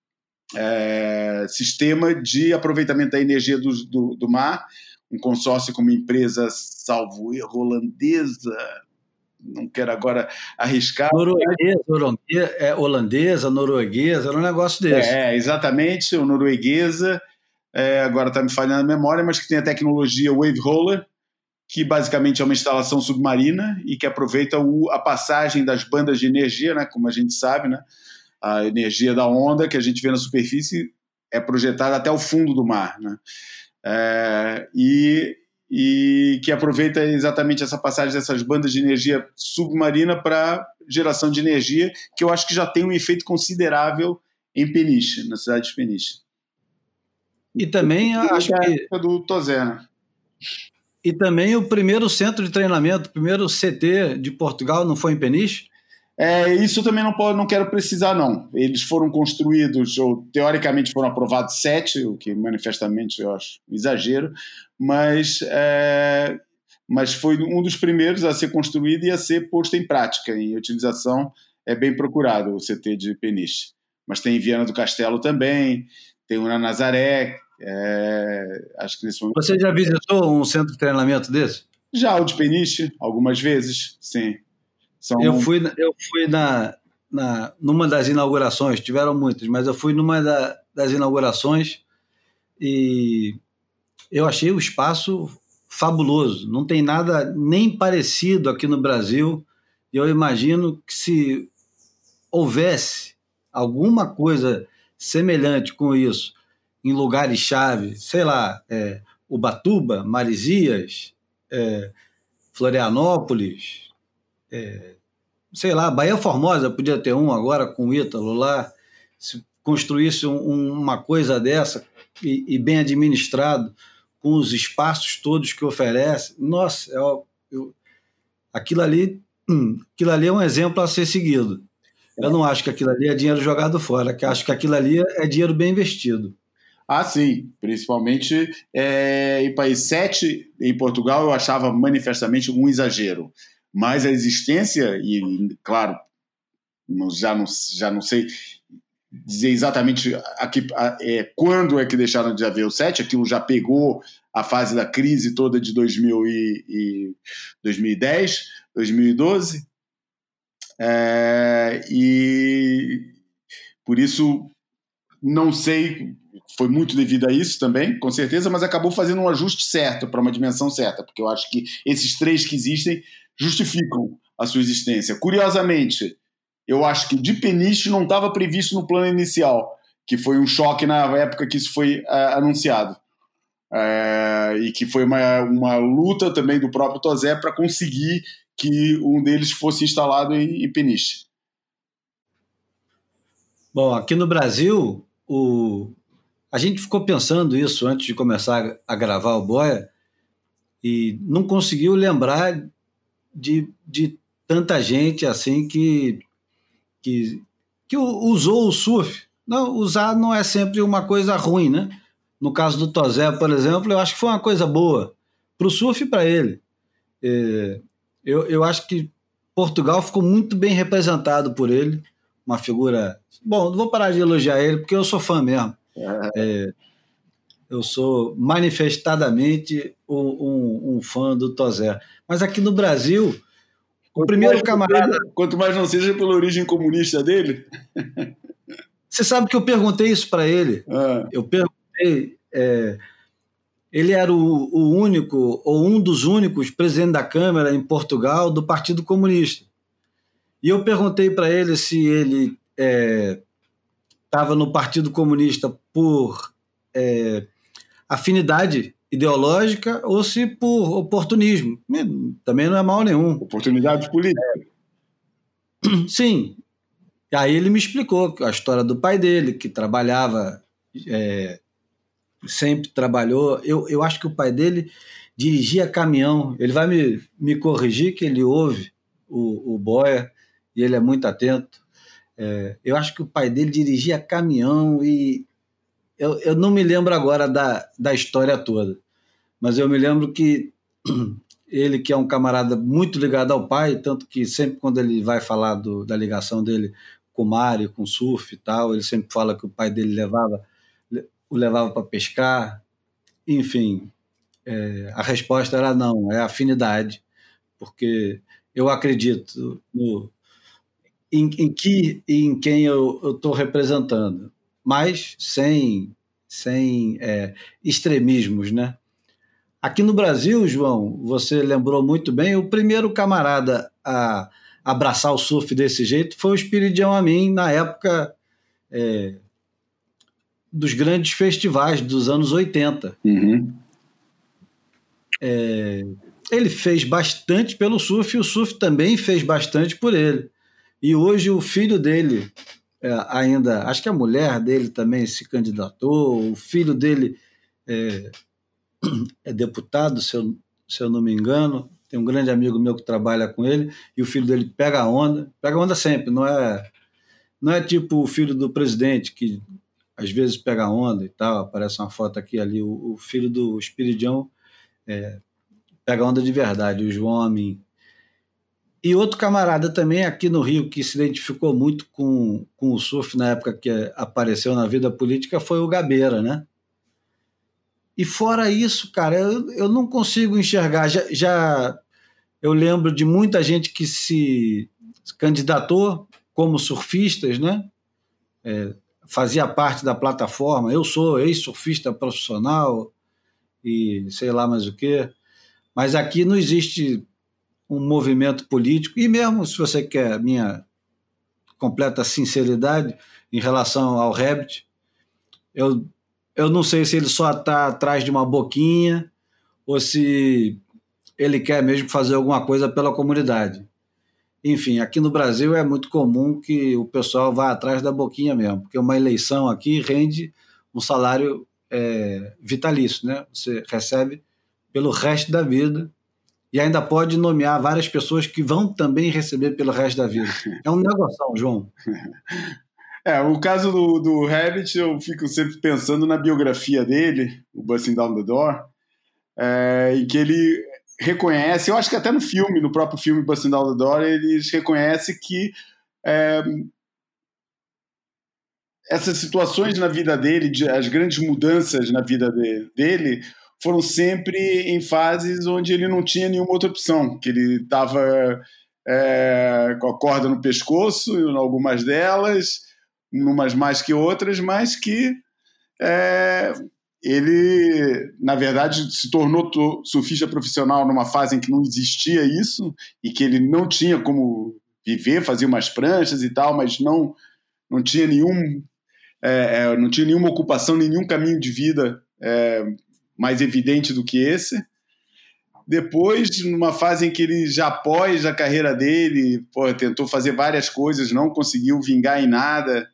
é, sistema de aproveitamento da energia do, do, do mar, um consórcio com uma empresa, salvo erro, holandesa, não quero agora arriscar. Norueguesa, holandesa, é, holandesa, norueguesa, era um negócio desse. É, exatamente, o norueguesa, é, agora está me falhando a memória, mas que tem a tecnologia Wave Roller, que basicamente é uma instalação submarina e que aproveita o, a passagem das bandas de energia, né, como a gente sabe, né, a energia da onda que a gente vê na superfície é projetada até o fundo do mar, né? É, e, e que aproveita exatamente essa passagem dessas bandas de energia submarina para geração de energia, que eu acho que já tem um efeito considerável em Peniche, na cidade de Peniche. E também e acho que do Tozé, né? E também o primeiro centro de treinamento, o primeiro C T de Portugal não foi em Peniche? É, isso também não, pode, não quero precisar, não. Eles foram construídos, ou teoricamente foram aprovados sete, o que manifestamente eu acho um exagero, mas, é, mas foi um dos primeiros a ser construído e a ser posto em prática, em utilização. É bem procurado o C T de Peniche. Mas tem em Viana do Castelo também, tem um na Nazaré. É, acho que nesse momento... Você já visitou um centro de treinamento desse? Já, o de Peniche, algumas vezes, sim. São... Eu fui, eu fui na, na, numa das inaugurações, tiveram muitas, mas eu fui numa da, das inaugurações e eu achei o espaço fabuloso. Não tem nada nem parecido aqui no Brasil. E eu imagino que se houvesse alguma coisa semelhante com isso em lugares-chave, sei lá, é, Ubatuba, Marizias, é, Florianópolis, é, sei lá, Bahia Formosa podia ter um agora com o Ítalo lá, se construísse um, um, uma coisa dessa e, e bem administrado, com os espaços todos que oferece, nossa, eu, eu, aquilo, ali, hum, aquilo ali é um exemplo a ser seguido. Eu não acho que aquilo ali é dinheiro jogado fora, que acho que aquilo ali é dinheiro bem investido. Ah, sim, principalmente é, em país sete, em Portugal, eu achava manifestamente um exagero. Mas a existência, e claro, já não, já não sei dizer exatamente aqui, é, quando é que deixaram de haver o sete, aquilo já pegou a fase da crise toda de dois mil e dez, dois mil e doze, é, e por isso não sei, foi muito devido a isso também, com certeza, mas acabou fazendo um ajuste certo para uma dimensão certa, porque eu acho que esses três que existem justificam a sua existência. Curiosamente, eu acho que o de Peniche não estava previsto no plano inicial, que foi um choque na época que isso foi uh, anunciado. Uh, e que foi uma, uma luta também do próprio Tozé para conseguir que um deles fosse instalado em, em Peniche. Bom, aqui no Brasil, o... a gente ficou pensando isso antes de começar a gravar o Boia e não conseguiu lembrar de, de tanta gente assim que, que, que usou o surf. Não, usar não é sempre uma coisa ruim, né? No caso do Tozé, por exemplo, eu acho que foi uma coisa boa para o surf e para ele. É, eu, eu acho que Portugal ficou muito bem representado por ele, uma figura... Bom, não vou parar de elogiar ele, porque eu sou fã mesmo. É, eu sou manifestadamente um, um, um fã do Tozé. Mas aqui no Brasil, o quanto primeiro camarada... Seja, quanto mais não seja pela origem comunista dele. Você sabe que eu perguntei isso para ele. Ah. Eu perguntei... É, ele era o, o único, ou um dos únicos presidentes da Câmara em Portugal do Partido Comunista. E eu perguntei para ele se ele estava é, no Partido Comunista por é, afinidade ideológica ou se por oportunismo. Também não é mal nenhum. Oportunidade política. Sim. E aí ele me explicou a história do pai dele, que trabalhava, é, sempre trabalhou. Eu, eu acho que o pai dele dirigia caminhão. Ele vai me, me corrigir, que ele ouve o, o Boia, e ele é muito atento. É, eu acho que o pai dele dirigia caminhão e eu, eu não me lembro agora da, da história toda, mas eu me lembro que ele, que é um camarada muito ligado ao pai, tanto que sempre quando ele vai falar do, da ligação dele com o mar e com o surf e tal, ele sempre fala que o pai dele levava, o levava para pescar. Enfim, é, a resposta era não, é afinidade, porque eu acredito no Em, em que e em quem eu estou representando, mas sem, sem é, extremismos, né? Aqui no Brasil, João, você lembrou muito bem, o primeiro camarada a abraçar o surf desse jeito foi o Espiridião Amin, na época é, dos grandes festivais dos anos oitenta. Uhum. É, ele fez bastante pelo surf e o surf também fez bastante por ele. E hoje o filho dele, é, ainda, acho que a mulher dele também se candidatou, o filho dele é, é deputado, se eu, se eu não me engano, tem um grande amigo meu que trabalha com ele, e o filho dele pega onda, pega onda sempre, não é, não é tipo o filho do presidente, que às vezes pega onda e tal, aparece uma foto aqui ali, o, o filho do Espiridião é, pega onda de verdade, o João Amin. E outro camarada também aqui no Rio que se identificou muito com, com o surf na época que apareceu na vida política foi o Gabeira, né? E fora isso, cara, eu, eu não consigo enxergar. Já, já eu lembro de muita gente que se candidatou como surfistas, né? É, fazia parte da plataforma. Eu sou ex-surfista profissional e sei lá mais o quê. Mas aqui não existe um movimento político, e mesmo se você quer a minha completa sinceridade em relação ao Rabbit, eu, eu não sei se ele só está atrás de uma boquinha ou se ele quer mesmo fazer alguma coisa pela comunidade. Enfim, aqui no Brasil é muito comum que o pessoal vá atrás da boquinha mesmo, porque uma eleição aqui rende um salário é, vitalício, né? Você recebe pelo resto da vida e ainda pode nomear várias pessoas que vão também receber pelo resto da vida. É um negócio, João. É, o caso do, do Rabbit, eu fico sempre pensando na biografia dele, o Busting Down the Door, é, em que ele reconhece, eu acho que até no filme, no próprio filme Busting Down the Door, eles reconhecem que é, essas situações na vida dele, as grandes mudanças na vida de, dele, foram sempre em fases onde ele não tinha nenhuma outra opção, que ele estava é, com a corda no pescoço, em algumas delas, umas mais que outras, mas que é, ele, na verdade, se tornou surfista profissional numa fase em que não existia isso e que ele não tinha como viver, fazia umas pranchas e tal, mas não, não tinha nenhum, é, não tinha nenhuma ocupação, nenhum caminho de vida é, mais evidente do que esse. Depois, numa fase em que ele, já após a carreira dele, pô, tentou fazer várias coisas, não conseguiu vingar em nada,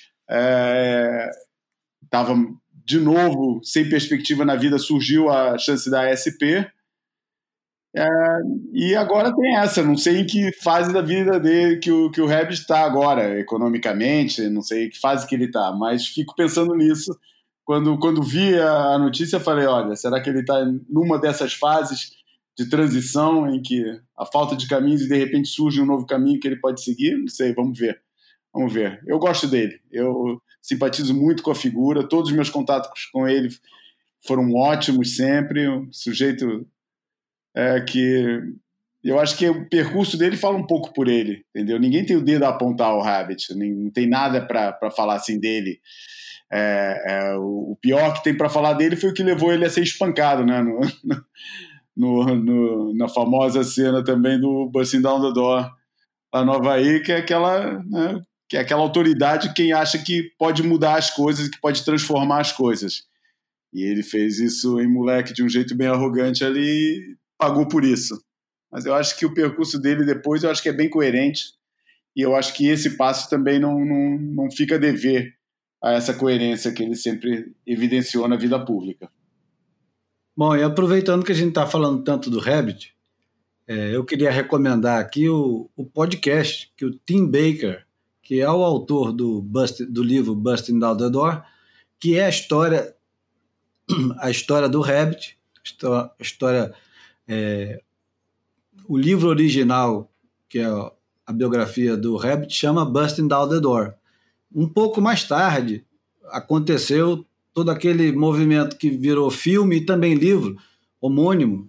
estava é, de novo sem perspectiva na vida, surgiu a chance da A S P, é, e agora tem essa, não sei em que fase da vida dele que o, que o Rabbit está agora, economicamente, não sei em que fase que ele está, mas fico pensando nisso. Quando, quando vi a notícia, falei, olha, será que ele está numa dessas fases de transição em que a falta de caminhos e de repente surge um novo caminho que ele pode seguir? Não sei, vamos ver. Vamos ver. Eu gosto dele, eu simpatizo muito com a figura, todos os meus contatos com ele foram ótimos sempre, um sujeito é, que eu acho que o percurso dele fala um pouco por ele, entendeu? Ninguém tem o dedo a apontar ao Rabbit, não tem nada para falar assim dele. É, é, o pior que tem para falar dele foi o que levou ele a ser espancado, né? no, no, no, na famosa cena também do Busting Down the Door lá no Havaí, que é aquela... Né, que é aquela autoridade, quem acha que pode mudar as coisas, que pode transformar as coisas. E ele fez isso em moleque de um jeito bem arrogante ali e pagou por isso. Mas eu acho que o percurso dele depois, eu acho que é bem coerente, e eu acho que esse passo também não, não, não fica a dever a essa coerência que ele sempre evidenciou na vida pública. Bom, e aproveitando que a gente está falando tanto do Rabbit, é, eu queria recomendar aqui o, o podcast que o Tim Baker, que é o autor do, Bust, do livro Busting Down the Door, que é a história, a história do Rabbit, a história, é, o livro original, que é a biografia do Rabbit, chama Busting Down the Door. Um pouco mais tarde, aconteceu todo aquele movimento que virou filme e também livro homônimo,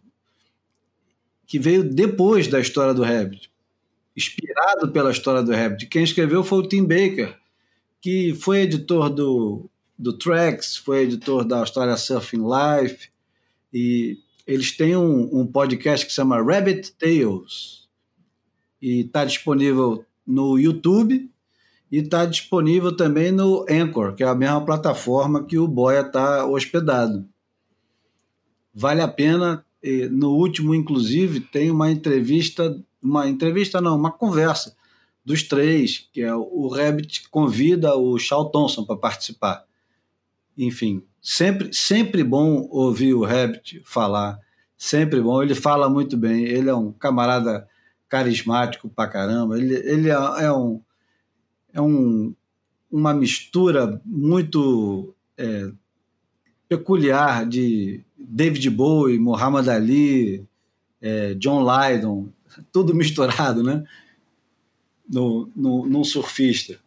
que veio depois da história do Rabbit, inspirado pela história do Rabbit. Quem escreveu foi o Tim Baker, que foi editor do, do Tracks, foi editor da Australia Surfing Life, e eles têm um, um podcast que se chama Rabbit Tales, e está disponível no YouTube, e está disponível também no Anchor, que é a mesma plataforma que o Boia está hospedado. Vale a pena. No último, inclusive, tem uma entrevista, uma entrevista não, uma conversa dos três, que é o Rabbit convida o Shaw Thompson para participar. Enfim, sempre, sempre bom ouvir o Rabbit falar, sempre bom, ele fala muito bem, ele é um camarada carismático pra caramba, ele, ele é, é, um, é um, uma mistura muito é, peculiar de David Bowie, Muhammad Ali, é, John Lydon, tudo misturado, né? No, no, num surfista.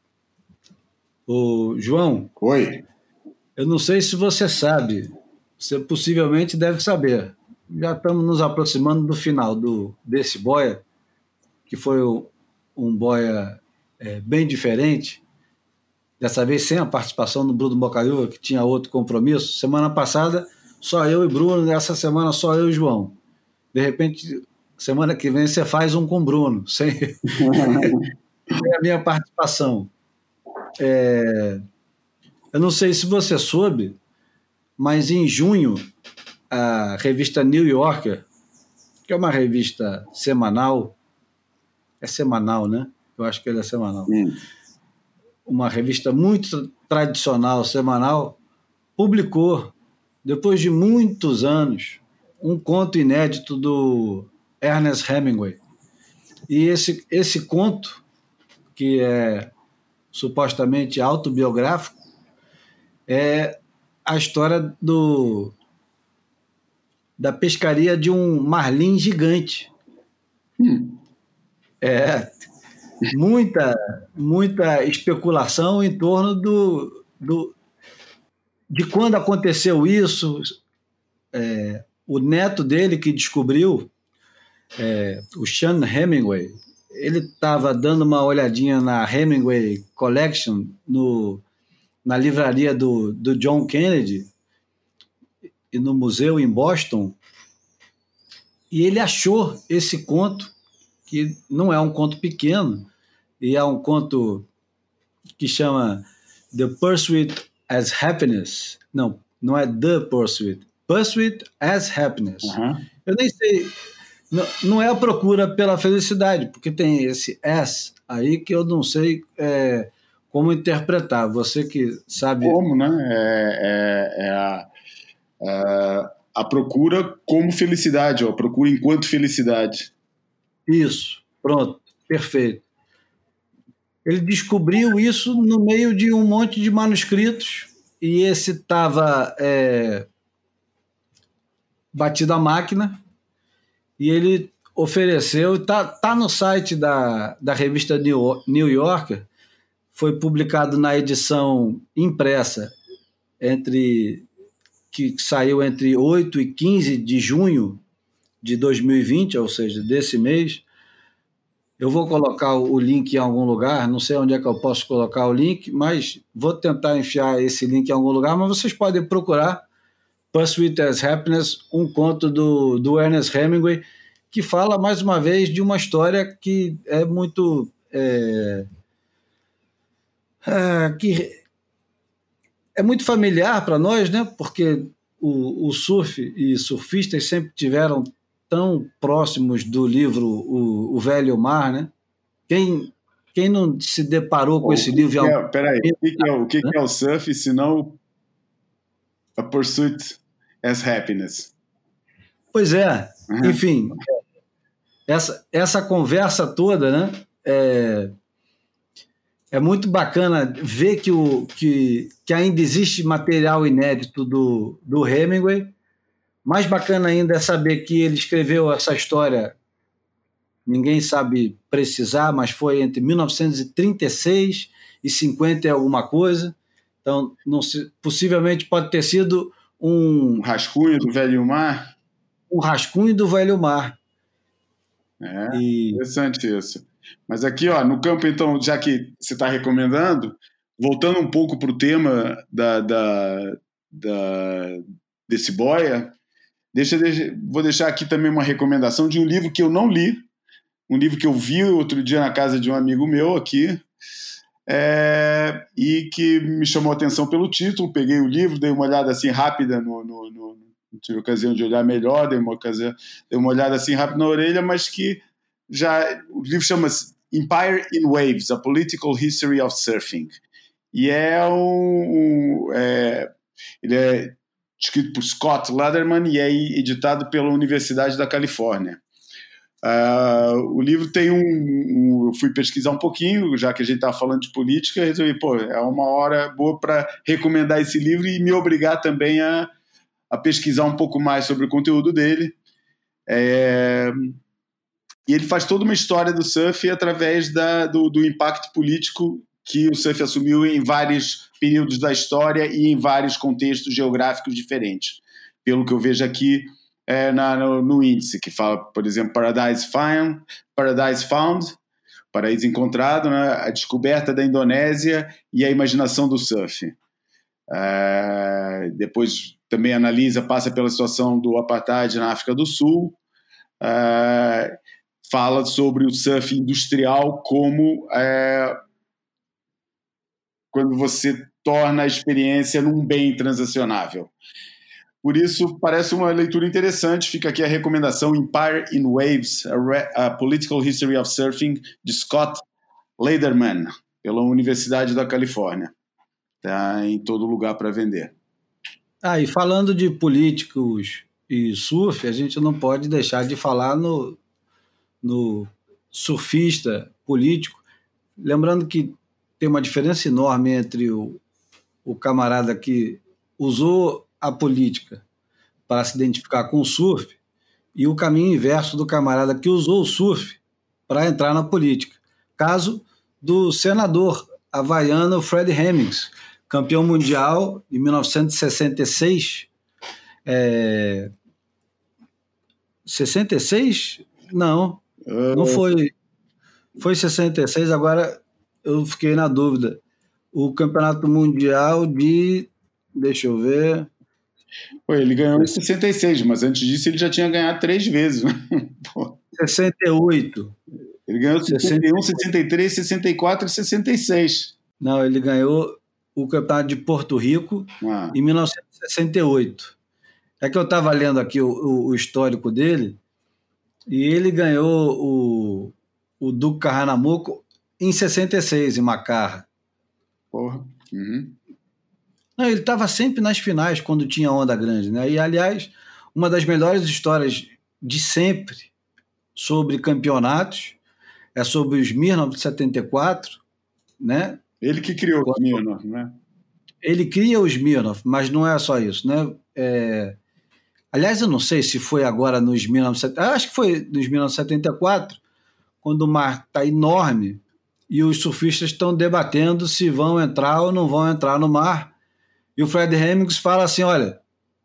O João, Oi. Eu não sei se você sabe, você possivelmente deve saber. Já estamos nos aproximando do final do, desse boia, que foi um boia é, bem diferente, dessa vez sem a participação do Bruno Bocaiúva, que tinha outro compromisso. Semana passada, só eu e Bruno, essa semana só eu e João. De repente, semana que vem você faz um com o Bruno, sem, sem a minha participação. É, eu não sei se você soube, mas em junho, a revista New Yorker, que é uma revista semanal, é semanal, né? Eu acho que ela é semanal. Hum. Uma revista muito tradicional, semanal, publicou, depois de muitos anos, um conto inédito do Ernest Hemingway. E esse, esse conto, que é supostamente autobiográfico, é a história do, da pescaria de um marlim gigante. Hum. É, muita, muita especulação em torno do, do, de quando aconteceu isso. É, o neto dele que descobriu, é, o Sean Hemingway, ele estava dando uma olhadinha na Hemingway Collection no, na livraria do, do John Kennedy e no museu em Boston, e ele achou esse conto, que não é um conto pequeno, e é um conto que chama The Pursuit as Happiness. Não, não é The Pursuit. Pursuit as Happiness. Uhum. Eu nem sei, não, não é a procura pela felicidade, porque tem esse as aí que eu não sei é, como interpretar. Você que sabe... Como, né? É, é, é a, a, a procura como felicidade, ó, a procura enquanto felicidade. Isso, pronto, perfeito. Ele descobriu isso no meio de um monte de manuscritos, e esse estava é, batido à máquina, e ele ofereceu, está tá no site da, da revista New, New Yorker, foi publicado na edição impressa, entre, que saiu entre oito e quinze de junho de dois mil e vinte, ou seja, desse mês. Eu vou colocar o link em algum lugar, não sei onde é que eu posso colocar o link, mas vou tentar enfiar esse link em algum lugar, mas vocês podem procurar Pursuit as Happiness, um conto do, do Ernest Hemingway, que fala, mais uma vez, de uma história que é muito... É, é, que é muito familiar para nós, né? Porque o, o surf e surfistas sempre tiveram tão próximos do livro O, o Velho Mar, né? Quem, quem não se deparou com o esse livro... É, peraí, o que, que, é, o, que, né? que é o surf, se não A Pursuit as Happiness? Pois é, uhum. Enfim, essa, essa conversa toda, né? É, é muito bacana ver que, o, que, que ainda existe material inédito do, do Hemingway. Mais bacana ainda é saber que ele escreveu essa história, ninguém sabe precisar, mas foi entre mil novecentos e trinta e seis e cinquenta e alguma coisa. Então, não se, possivelmente pode ter sido um... Um rascunho do Velho Mar? Um rascunho do Velho Mar. É, e... interessante isso. Mas aqui, ó, no campo, então, já que você está recomendando, voltando um pouco para o tema da, da, da, desse boia, deixa, deixa, vou deixar aqui também uma recomendação de um livro que eu não li, um livro que eu vi outro dia na casa de um amigo meu aqui, é, e que me chamou a atenção pelo título. Peguei o livro, dei uma olhada assim rápida, no, no, no, não tive ocasião de olhar melhor, dei uma, ocasião, dei uma olhada assim rápida na orelha, mas que já, o livro chama-se Empire in Waves, A Political History of Surfing, e é um, um é, ele é escrito por Scott Lederman e é editado pela Universidade da Califórnia. Uh, o livro tem um, um... Eu fui pesquisar um pouquinho, já que a gente estava falando de política, resolvi, pô, é uma hora boa para recomendar esse livro e me obrigar também a, a pesquisar um pouco mais sobre o conteúdo dele. É, e ele faz toda uma história do surf através da, do, do impacto político que o surf assumiu em vários períodos da história e em vários contextos geográficos diferentes. Pelo que eu vejo aqui é, na, no, no índice, que fala, por exemplo, Paradise Found, Paradise Found, Paraíso Encontrado, né, a descoberta da Indonésia e a imaginação do surf. É, depois também analisa, passa pela situação do apartheid na África do Sul, é, fala sobre o surf industrial como é, quando você torna a experiência num bem transacionável. Por isso, parece uma leitura interessante. Fica aqui a recomendação Empire in Waves, a, Re- a Political History of Surfing, de Scott Lederman, pela Universidade da Califórnia. Está em todo lugar para vender. Ah, e falando de políticos e surf, a gente não pode deixar de falar no, no surfista político. Lembrando que tem uma diferença enorme entre o, o camarada que usou a política para se identificar com o surf e o caminho inverso do camarada que usou o surf para entrar na política. Caso do senador havaiano Fred Hemmings, campeão mundial em mil novecentos e sessenta e seis. É... sessenta e seis? Não, não foi. Foi sessenta e seis, agora eu fiquei na dúvida. O campeonato mundial de... Deixa eu ver... Pô, ele ganhou em sessenta e seis, mas antes disso ele já tinha ganhado três vezes. Pô. sessenta e oito. Ele ganhou sessenta e um, sessenta e três, sessenta e quatro e sessenta e seis. Não, ele ganhou o campeonato de Porto Rico ah. em mil novecentos e sessenta e oito. É que eu estava lendo aqui o, o, o histórico dele e ele ganhou o, o Duke Kahanamoku em sessenta e seis, em Macarra. Porra. Uhum. Não, ele estava sempre nas finais quando tinha onda grande, né? E, aliás, uma das melhores histórias de sempre sobre campeonatos é sobre os Smirnoff de setenta e quatro, né? Ele que criou o Smirnoff, né? Ele cria o Smirnoff, mas não é só isso, né? É... Aliás, eu não sei se foi agora no Smirnoff... Acho que foi no Smirnoff setenta e quatro, quando o mar está enorme e os surfistas estão debatendo se vão entrar ou não vão entrar no mar. E o Fred Hemmings fala assim, olha,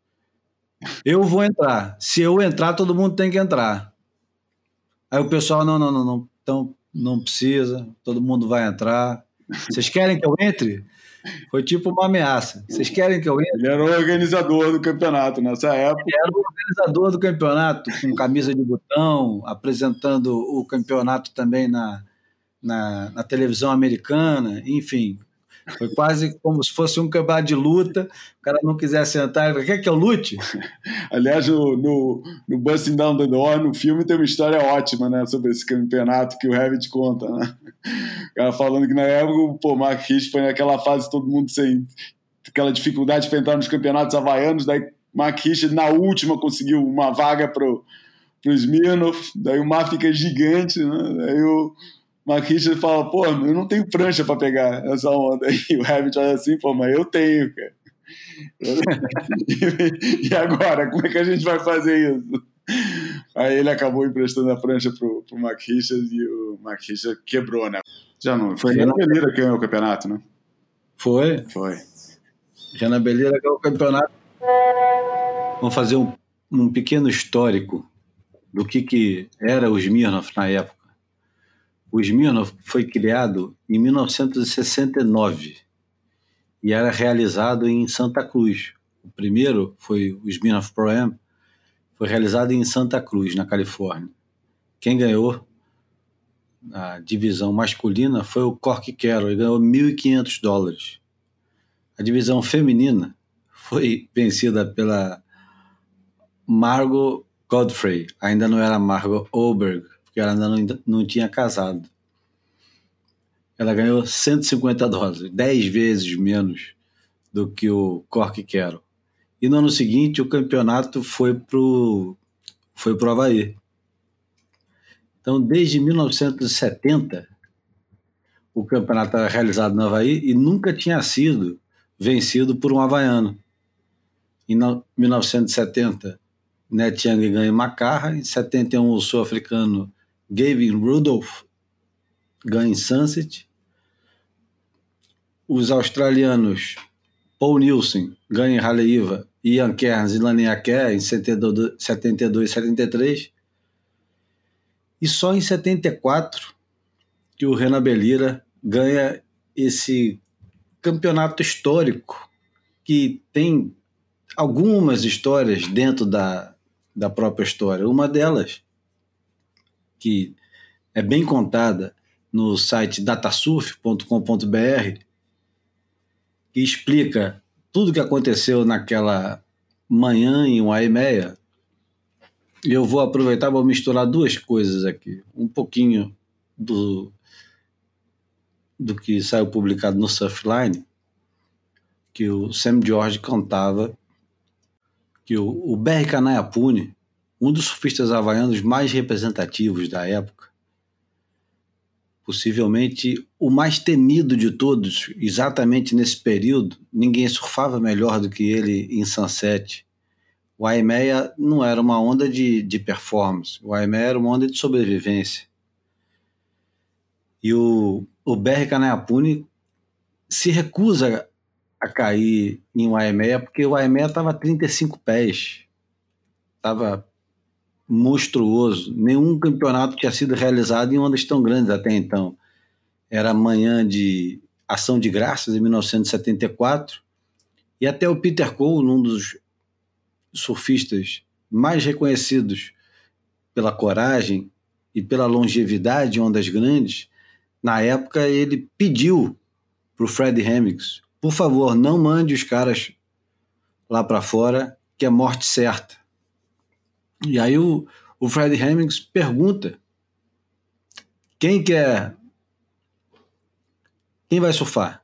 eu vou entrar. Se eu entrar, todo mundo tem que entrar. Aí o pessoal, não, não, não, não, então não precisa, todo mundo vai entrar. Vocês querem que eu entre? Foi tipo uma ameaça. Vocês querem que eu entre? Ele era o organizador do campeonato nessa época. Ele era o organizador do campeonato, com camisa de botão, apresentando o campeonato também na, na, na televisão americana, enfim... Foi quase como se fosse um campeonato de luta. O cara não quisesse sentar, ele falou, quer que eu lute? Aliás, no, no, no Busting Down the Door, no filme, tem uma história ótima, né, sobre esse campeonato que o Hewitt conta, né? O cara falando que na época o Mark Hish foi naquela fase todo mundo sem aquela dificuldade para entrar nos campeonatos havaianos, daí Mark Hish na última conseguiu uma vaga pro, pro Smirnoff, daí o mar fica gigante, né? Daí o Mark Hish fala, pô, eu não tenho prancha para pegar essa onda. E o Hewitt olha assim, pô, mas eu tenho, cara. E agora, como é que a gente vai fazer isso? Aí ele acabou emprestando a prancha pro, pro Mark Richards e o Mark Richards quebrou, né? Já não foi. Renan Belira que ganhou o campeonato, né? Foi. Foi. Renan Belira ganhou o campeonato. Vamos fazer um, um pequeno histórico do que, que era o Smirnoff na época. O Smirnoff foi criado em mil novecentos e sessenta e nove e era realizado em Santa Cruz. O primeiro foi o Smirnoff Pro-Am, foi realizado em Santa Cruz, na Califórnia. Quem ganhou a divisão masculina foi o Cork Carroll, ele ganhou mil e quinhentos dólares. A divisão feminina foi vencida pela Margot Godfrey, ainda não era Margot Oberg, porque ela ainda não, não tinha casado. Ela ganhou cento e cinquenta dólares, dez vezes menos do que o Cork Carroll. E no ano seguinte o campeonato foi para o foi pro Havaí. Então, desde mil novecentos e setenta, o campeonato era realizado no Havaí e nunca tinha sido vencido por um havaiano. Em mil novecentos e setenta, Ned Young ganha em Macarra. Em setenta e um, o sul-africano Gavin Rudolph ganha em Sunset. Os australianos Paul Nielsen ganha em Haleiwa e Ian Cairns e Laniakea em setenta e dois e setenta e três. E só em setenta e quatro que o Renan Belira ganha esse campeonato histórico que tem algumas histórias dentro da, da própria história. Uma delas que é bem contada no site datasurf ponto com ponto b r, que explica tudo o que aconteceu naquela manhã em Waimea. E eu vou aproveitar e vou misturar duas coisas aqui. Um pouquinho do, do que saiu publicado no Surfline, que o Sam George contava que o, o B R Kanayapuni, um dos surfistas havaianos mais representativos da época, possivelmente o mais temido de todos, exatamente nesse período, ninguém surfava melhor do que ele em Sunset. O Waimea não era uma onda de, de performance, o Waimea era uma onda de sobrevivência. E o, o B R Kanayapuni se recusa a cair em Waimea, porque o Waimea estava a trinta e cinco pés, estava monstruoso. Nenhum campeonato tinha sido realizado em ondas tão grandes até então. Era manhã de Ação de Graças, em mil novecentos e setenta e quatro, e até o Peter Cole, um dos surfistas mais reconhecidos pela coragem e pela longevidade em ondas grandes, na época ele pediu para o Fred Hemmings: por favor, não mande os caras lá para fora, que é morte certa. E aí o, o Fred Hemmings pergunta: quem quer, quem vai surfar?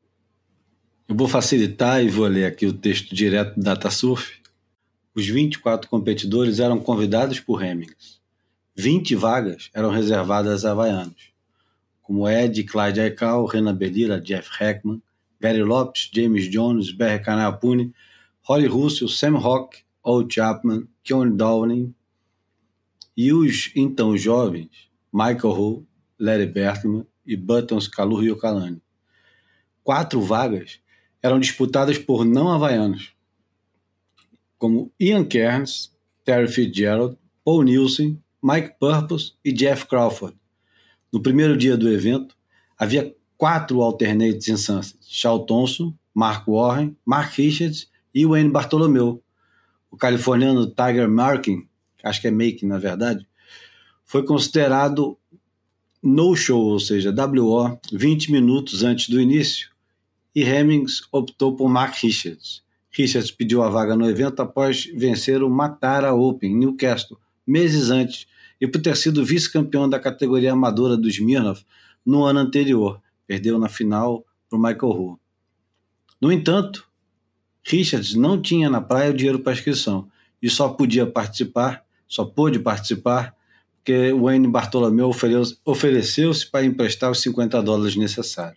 Eu vou facilitar e vou ler aqui o texto direto do Datasurf. Os vinte e quatro competidores eram convidados por Hemmings. vinte vagas eram reservadas a havaianos, como Ed, Clyde Aikau, Renan Belira, Jeff Heckman, Gary Lopes, James Jones, B R Kanayapuni, Holly Russell, Sam Hock, Ol Chapman, Keone Downing e os então jovens Michael Ho, Larry Bertman e Buttons Kaluriokalani. Quatro vagas eram disputadas por não havaianos, como Ian Cairns, Terry Fitzgerald, Paul Nielsen, Mike Purpose e Jeff Crawford. No primeiro dia do evento, havia quatro alternates em Sunset: Shaw Thompson, Mark Warren, Mark Richards e Wayne Bartolomeu. O californiano Tiger Markin, acho que é Makin na verdade, foi considerado no-show, ou seja, W O, vinte minutos antes do início, e Hemmings optou por Mark Richards. Richards pediu a vaga no evento após vencer o Matara Open em Newcastle, meses antes, e por ter sido vice-campeão da categoria amadora do Smirnoff no ano anterior. Perdeu na final para o Michael Ho. No entanto, Richards não tinha na praia o dinheiro para inscrição e só podia participar, só pôde participar, porque Wayne Bartolomeu ofereceu-se para emprestar os cinquenta dólares necessários.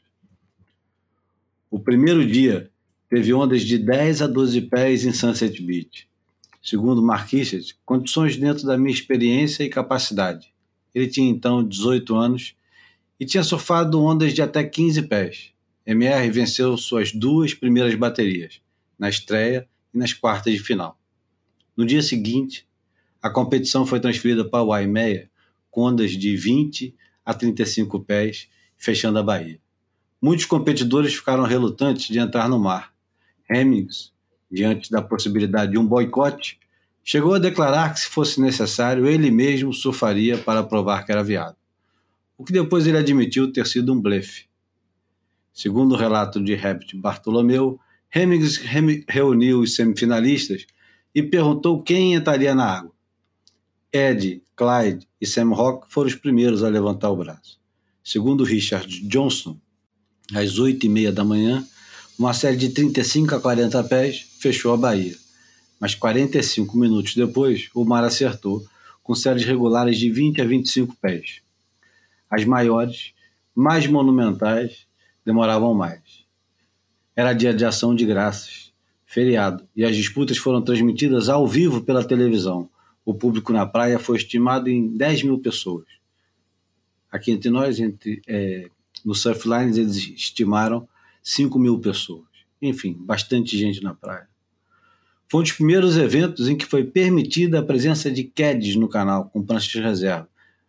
O primeiro dia teve ondas de dez a doze pés em Sunset Beach. Segundo Mark Richards, condições dentro da minha experiência e capacidade. Ele tinha então dezoito anos e tinha surfado ondas de até quinze pés. M R venceu suas duas primeiras baterias, na estreia e nas quartas de final. No dia seguinte, a competição foi transferida para Waimea, com ondas de vinte a trinta e cinco pés, fechando a baía. Muitos competidores ficaram relutantes de entrar no mar. Hemmings, diante da possibilidade de um boicote, chegou a declarar que, se fosse necessário, ele mesmo surfaria para provar que era viado, o que depois ele admitiu ter sido um blefe. Segundo o relato de Herbert Bartolomeu, Hemmings reuniu os semifinalistas e perguntou quem entraria na água. Ed, Clyde e Sam Hock foram os primeiros a levantar o braço. Segundo Richard Johnson, às oito e meia da manhã, uma série de trinta e cinco a quarenta pés fechou a baía, mas quarenta e cinco minutos depois o mar acertou, com séries regulares de vinte a vinte e cinco pés. As maiores, mais monumentais, demoravam mais. Era dia de Ação de Graças, feriado, e as disputas foram transmitidas ao vivo pela televisão. O público na praia foi estimado em dez mil pessoas. Aqui entre nós, entre, é, no Surfline, eles estimaram cinco mil pessoas. Enfim, bastante gente na praia. Foi um dos primeiros eventos em que foi permitida a presença de caddies no canal, com pranchas de reserva.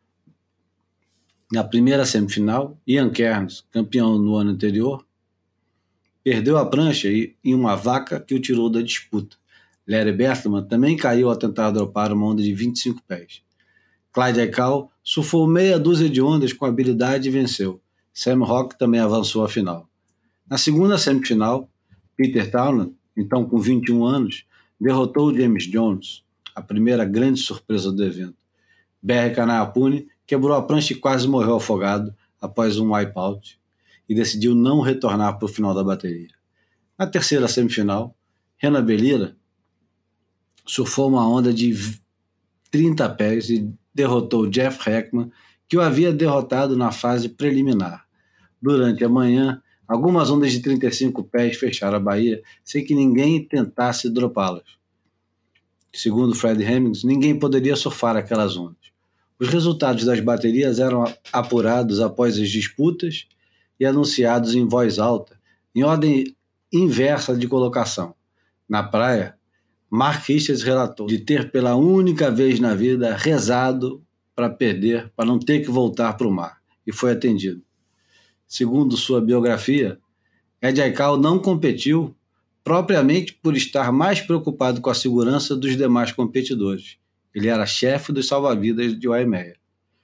Na primeira semifinal, Ian Cairns, campeão no ano anterior, perdeu a prancha em uma vaca que o tirou da disputa. Larry Bertman também caiu ao tentar dropar uma onda de vinte e cinco pés. Clyde Aikau surfou meia dúzia de ondas com habilidade e venceu. Sam Hock também avançou à final. Na segunda semifinal, Peter Townend, então com vinte e um anos, derrotou James Jones, a primeira grande surpresa do evento. Barry Kanayapuni quebrou a prancha e quase morreu afogado após um wipeout e decidiu não retornar para o final da bateria. Na terceira semifinal, Renan Belira surfou uma onda de trinta pés e derrotou Jeff Heckman, que o havia derrotado na fase preliminar. Durante a manhã, algumas ondas de trinta e cinco pés fecharam a baía sem que ninguém tentasse dropá-las. Segundo Fred Hemmings, ninguém poderia surfar aquelas ondas. Os resultados das baterias eram apurados após as disputas e anunciados em voz alta, em ordem inversa de colocação. Na praia, Mark Richards relatou de ter pela única vez na vida rezado para perder, para não ter que voltar para o mar, e foi atendido. Segundo sua biografia, Ed Aikau não competiu propriamente por estar mais preocupado com a segurança dos demais competidores. Ele era chefe dos salva-vidas de Waimea.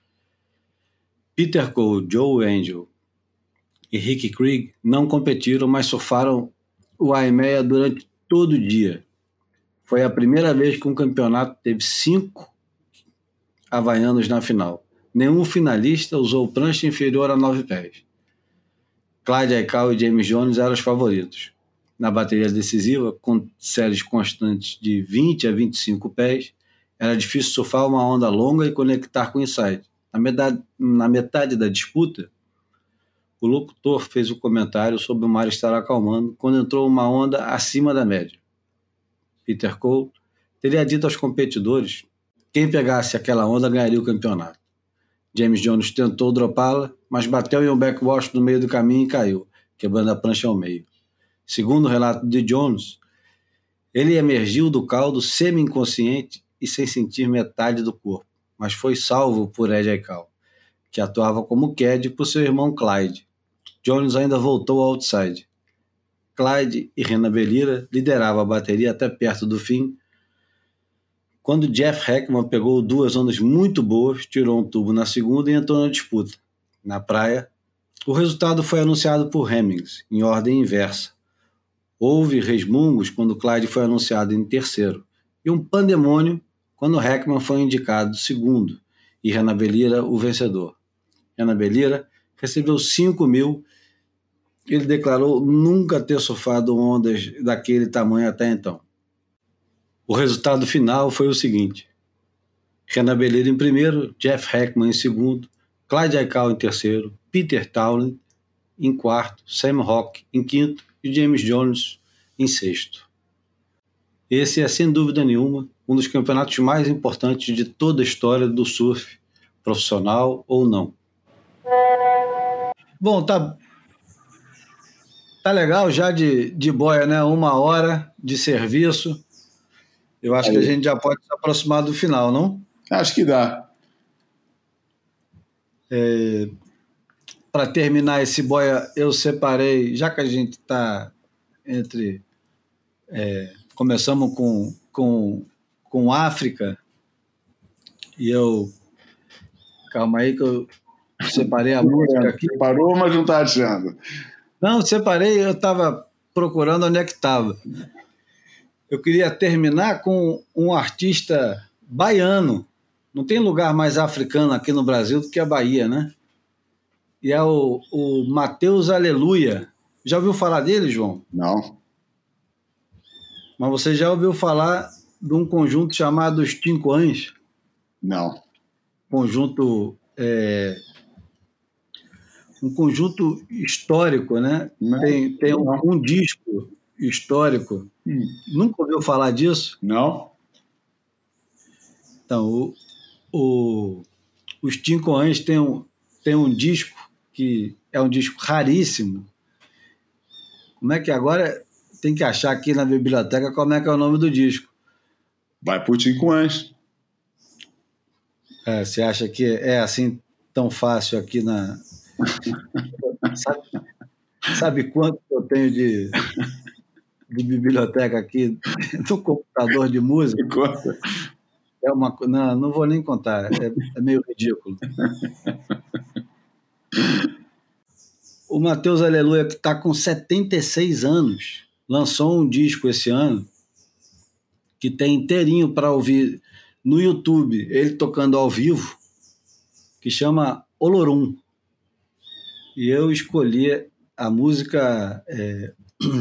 Peter Cole, Joe Angel e Ricky Krieg não competiram, mas surfaram o Waimea durante todo o dia. Foi a primeira vez que um campeonato teve cinco havaianos na final. Nenhum finalista usou prancha inferior a nove pés. Clyde Aikau e James Jones eram os favoritos. Na bateria decisiva, com séries constantes de vinte a vinte e cinco pés, era difícil surfar uma onda longa e conectar com o inside. Na metade, na metade da disputa, o locutor fez um comentário sobre o mar estar acalmando quando entrou uma onda acima da média. Peter Cole teria dito aos competidores que quem pegasse aquela onda ganharia o campeonato. James Jones tentou dropá-la, mas bateu em um backwash no meio do caminho e caiu, quebrando a prancha ao meio. Segundo o relato de Jones, ele emergiu do caldo semi-inconsciente e sem sentir metade do corpo, mas foi salvo por Ed Aikau, que atuava como caddy por seu irmão Clyde. Jones ainda voltou ao outside. Clyde e Renan Belira lideravam a bateria até perto do fim, quando Jeff Heckman pegou duas ondas muito boas, tirou um tubo na segunda e entrou na disputa. Na praia, o resultado foi anunciado por Hemmings, em ordem inversa. Houve resmungos quando Clyde foi anunciado em terceiro, e um pandemônio quando Heckman foi indicado segundo, e Renan Belira o vencedor. Renan Belira recebeu cinco mil. Ele declarou nunca ter surfado ondas daquele tamanho até então. O resultado final foi o seguinte: Renan Belira em primeiro, Jeff Heckman em segundo, Clyde Aikau em terceiro, Peter Townend em quarto, Sam Hock em quinto e James Jones em sexto. Esse é, sem dúvida nenhuma, um dos campeonatos mais importantes de toda a história do surf, profissional ou não. Bom, tá, tá legal já de, de boia, né? Uma hora de serviço. Eu acho Aí. que a gente já pode se aproximar do final, não? Acho que dá. É, para terminar esse boia, eu separei, já que a gente está entre... É, começamos com, com, com África, e eu... Calma aí que eu separei a música aqui. Parou, mas não está achando. Não, separei, eu estava procurando onde é que estava. Eu queria terminar com um artista baiano. Não tem lugar mais africano aqui no Brasil do que a Bahia, né? E é o, o Matheus Aleluia. Já ouviu falar dele, João? Não. Mas você já ouviu falar de um conjunto chamado Os Tincoãs? Não. Conjunto... É, um conjunto histórico, né? Não, tem tem um, um disco histórico. Hum. Nunca ouviu falar disso? Não. Então, o, o, os Tincoãs tem um, tem um disco que é um disco raríssimo. Como é que agora tem que achar aqui na biblioteca como é que é o nome do disco? Vai por Tincoãs. É, você acha que é assim tão fácil aqui na... sabe, sabe quanto eu tenho de, de biblioteca aqui no computador de música? É uma, não, não vou nem contar, é, é meio ridículo. O Matheus Aleluia, que está com setenta e seis anos, lançou um disco esse ano que tem inteirinho para ouvir no YouTube, ele tocando ao vivo, que chama Olorum. E eu escolhi a música, é,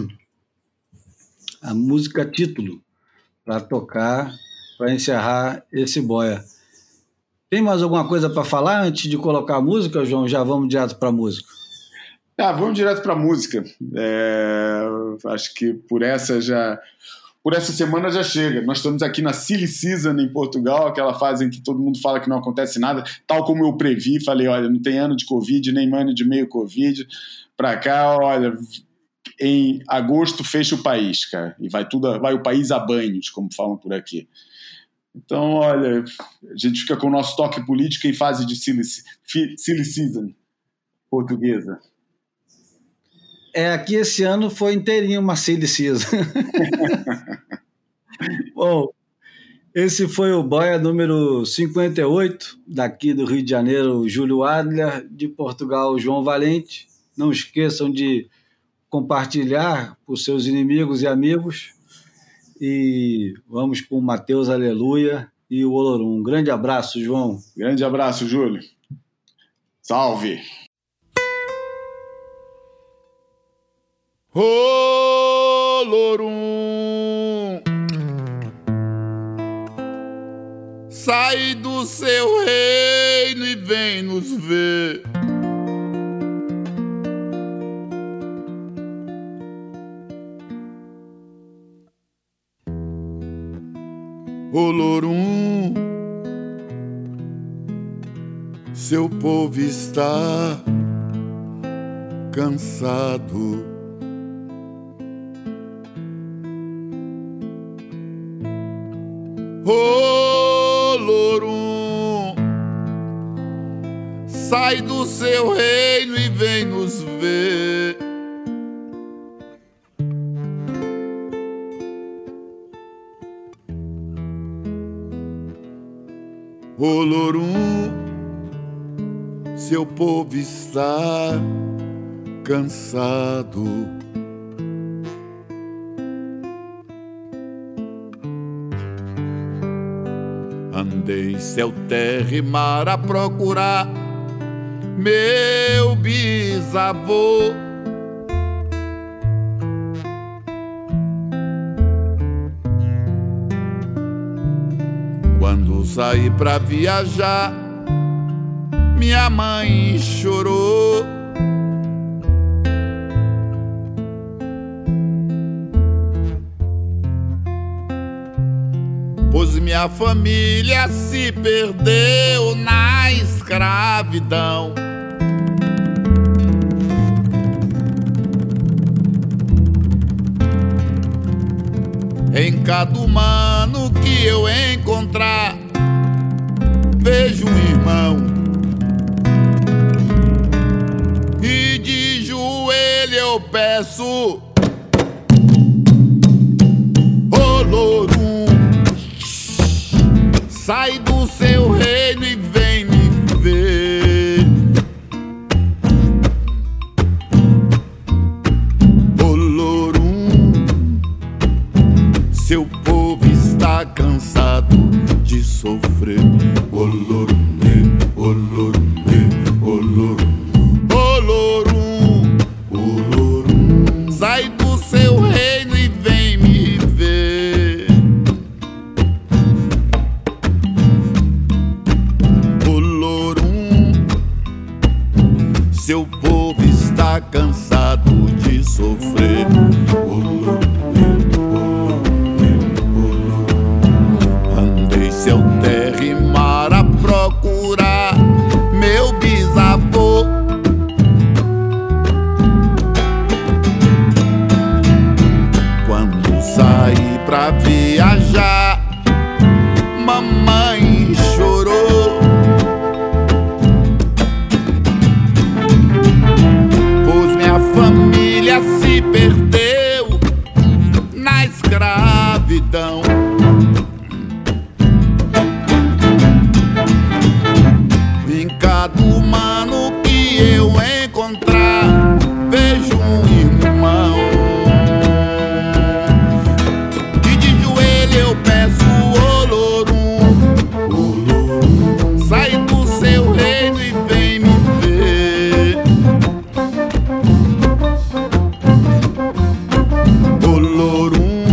a música título para tocar, para encerrar esse boia. Tem mais alguma coisa para falar antes de colocar a música, João? Já vamos direto para a música. Ah, vamos direto para a música. É, acho que por essa já... Por essa semana já chega. Nós estamos aqui na Silly Season em Portugal, aquela fase em que todo mundo fala que não acontece nada, tal como eu previ. Falei, olha, não tem ano de Covid, nem ano de meio Covid. Para cá, olha, em agosto fecha o país, cara. E vai, tudo, vai o país a banhos, como falam por aqui. Então, olha, a gente fica com o nosso toque político em fase de Silly, silly Season portuguesa. É, aqui esse ano foi inteirinho uma Silly Season. Bom, esse foi o Boia número cinquenta e oito, daqui do Rio de Janeiro, Júlio Adler, de Portugal, João Valente. Não esqueçam de compartilhar com seus inimigos e amigos. E vamos com o Matheus Aleluia e o Olorum. Um grande abraço, João. Grande abraço, Júlio. Salve! Olorum, sai do seu reino e vem nos ver. Olorum, seu povo está cansado. Olorum, sai do seu reino e vem nos ver. Olorum, seu povo está cansado. Andei céu, terra e mar a procurar meu bisavô. Quando saí pra viajar, minha mãe chorou. Pois minha família se perdeu na escravidão. Em cada humano que eu encontrar, vejo um irmão. E de joelho eu peço: Olorum, sai do seu reino e vem me ver. Olorum, seu povo está cansado de sofrer. Olorum, Olorum, Olorum, Olorum, Olorum, sai do seu reino e vem me ver. Olorum, seu povo está cansado de sofrer. Olorum, céu, terra e mar a procurar meu bisavô. Quando saí pra viajar, mamãe chorou. Pois minha família se perdeu lado humano que eu encontrar, vejo um irmão. E de joelho eu peço Olorum, Olorum, sai do seu reino e vem me ver. Olorum,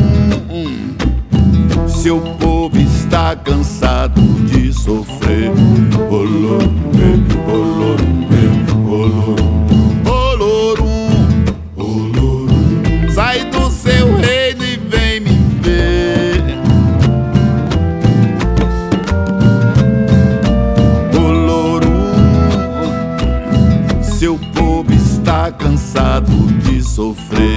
seu povo está cansado de sofrer. Olorum, Olorum, Olorum, Olorum, Olorum, sai do seu reino e vem me ver. Olorum, seu povo está cansado de sofrer.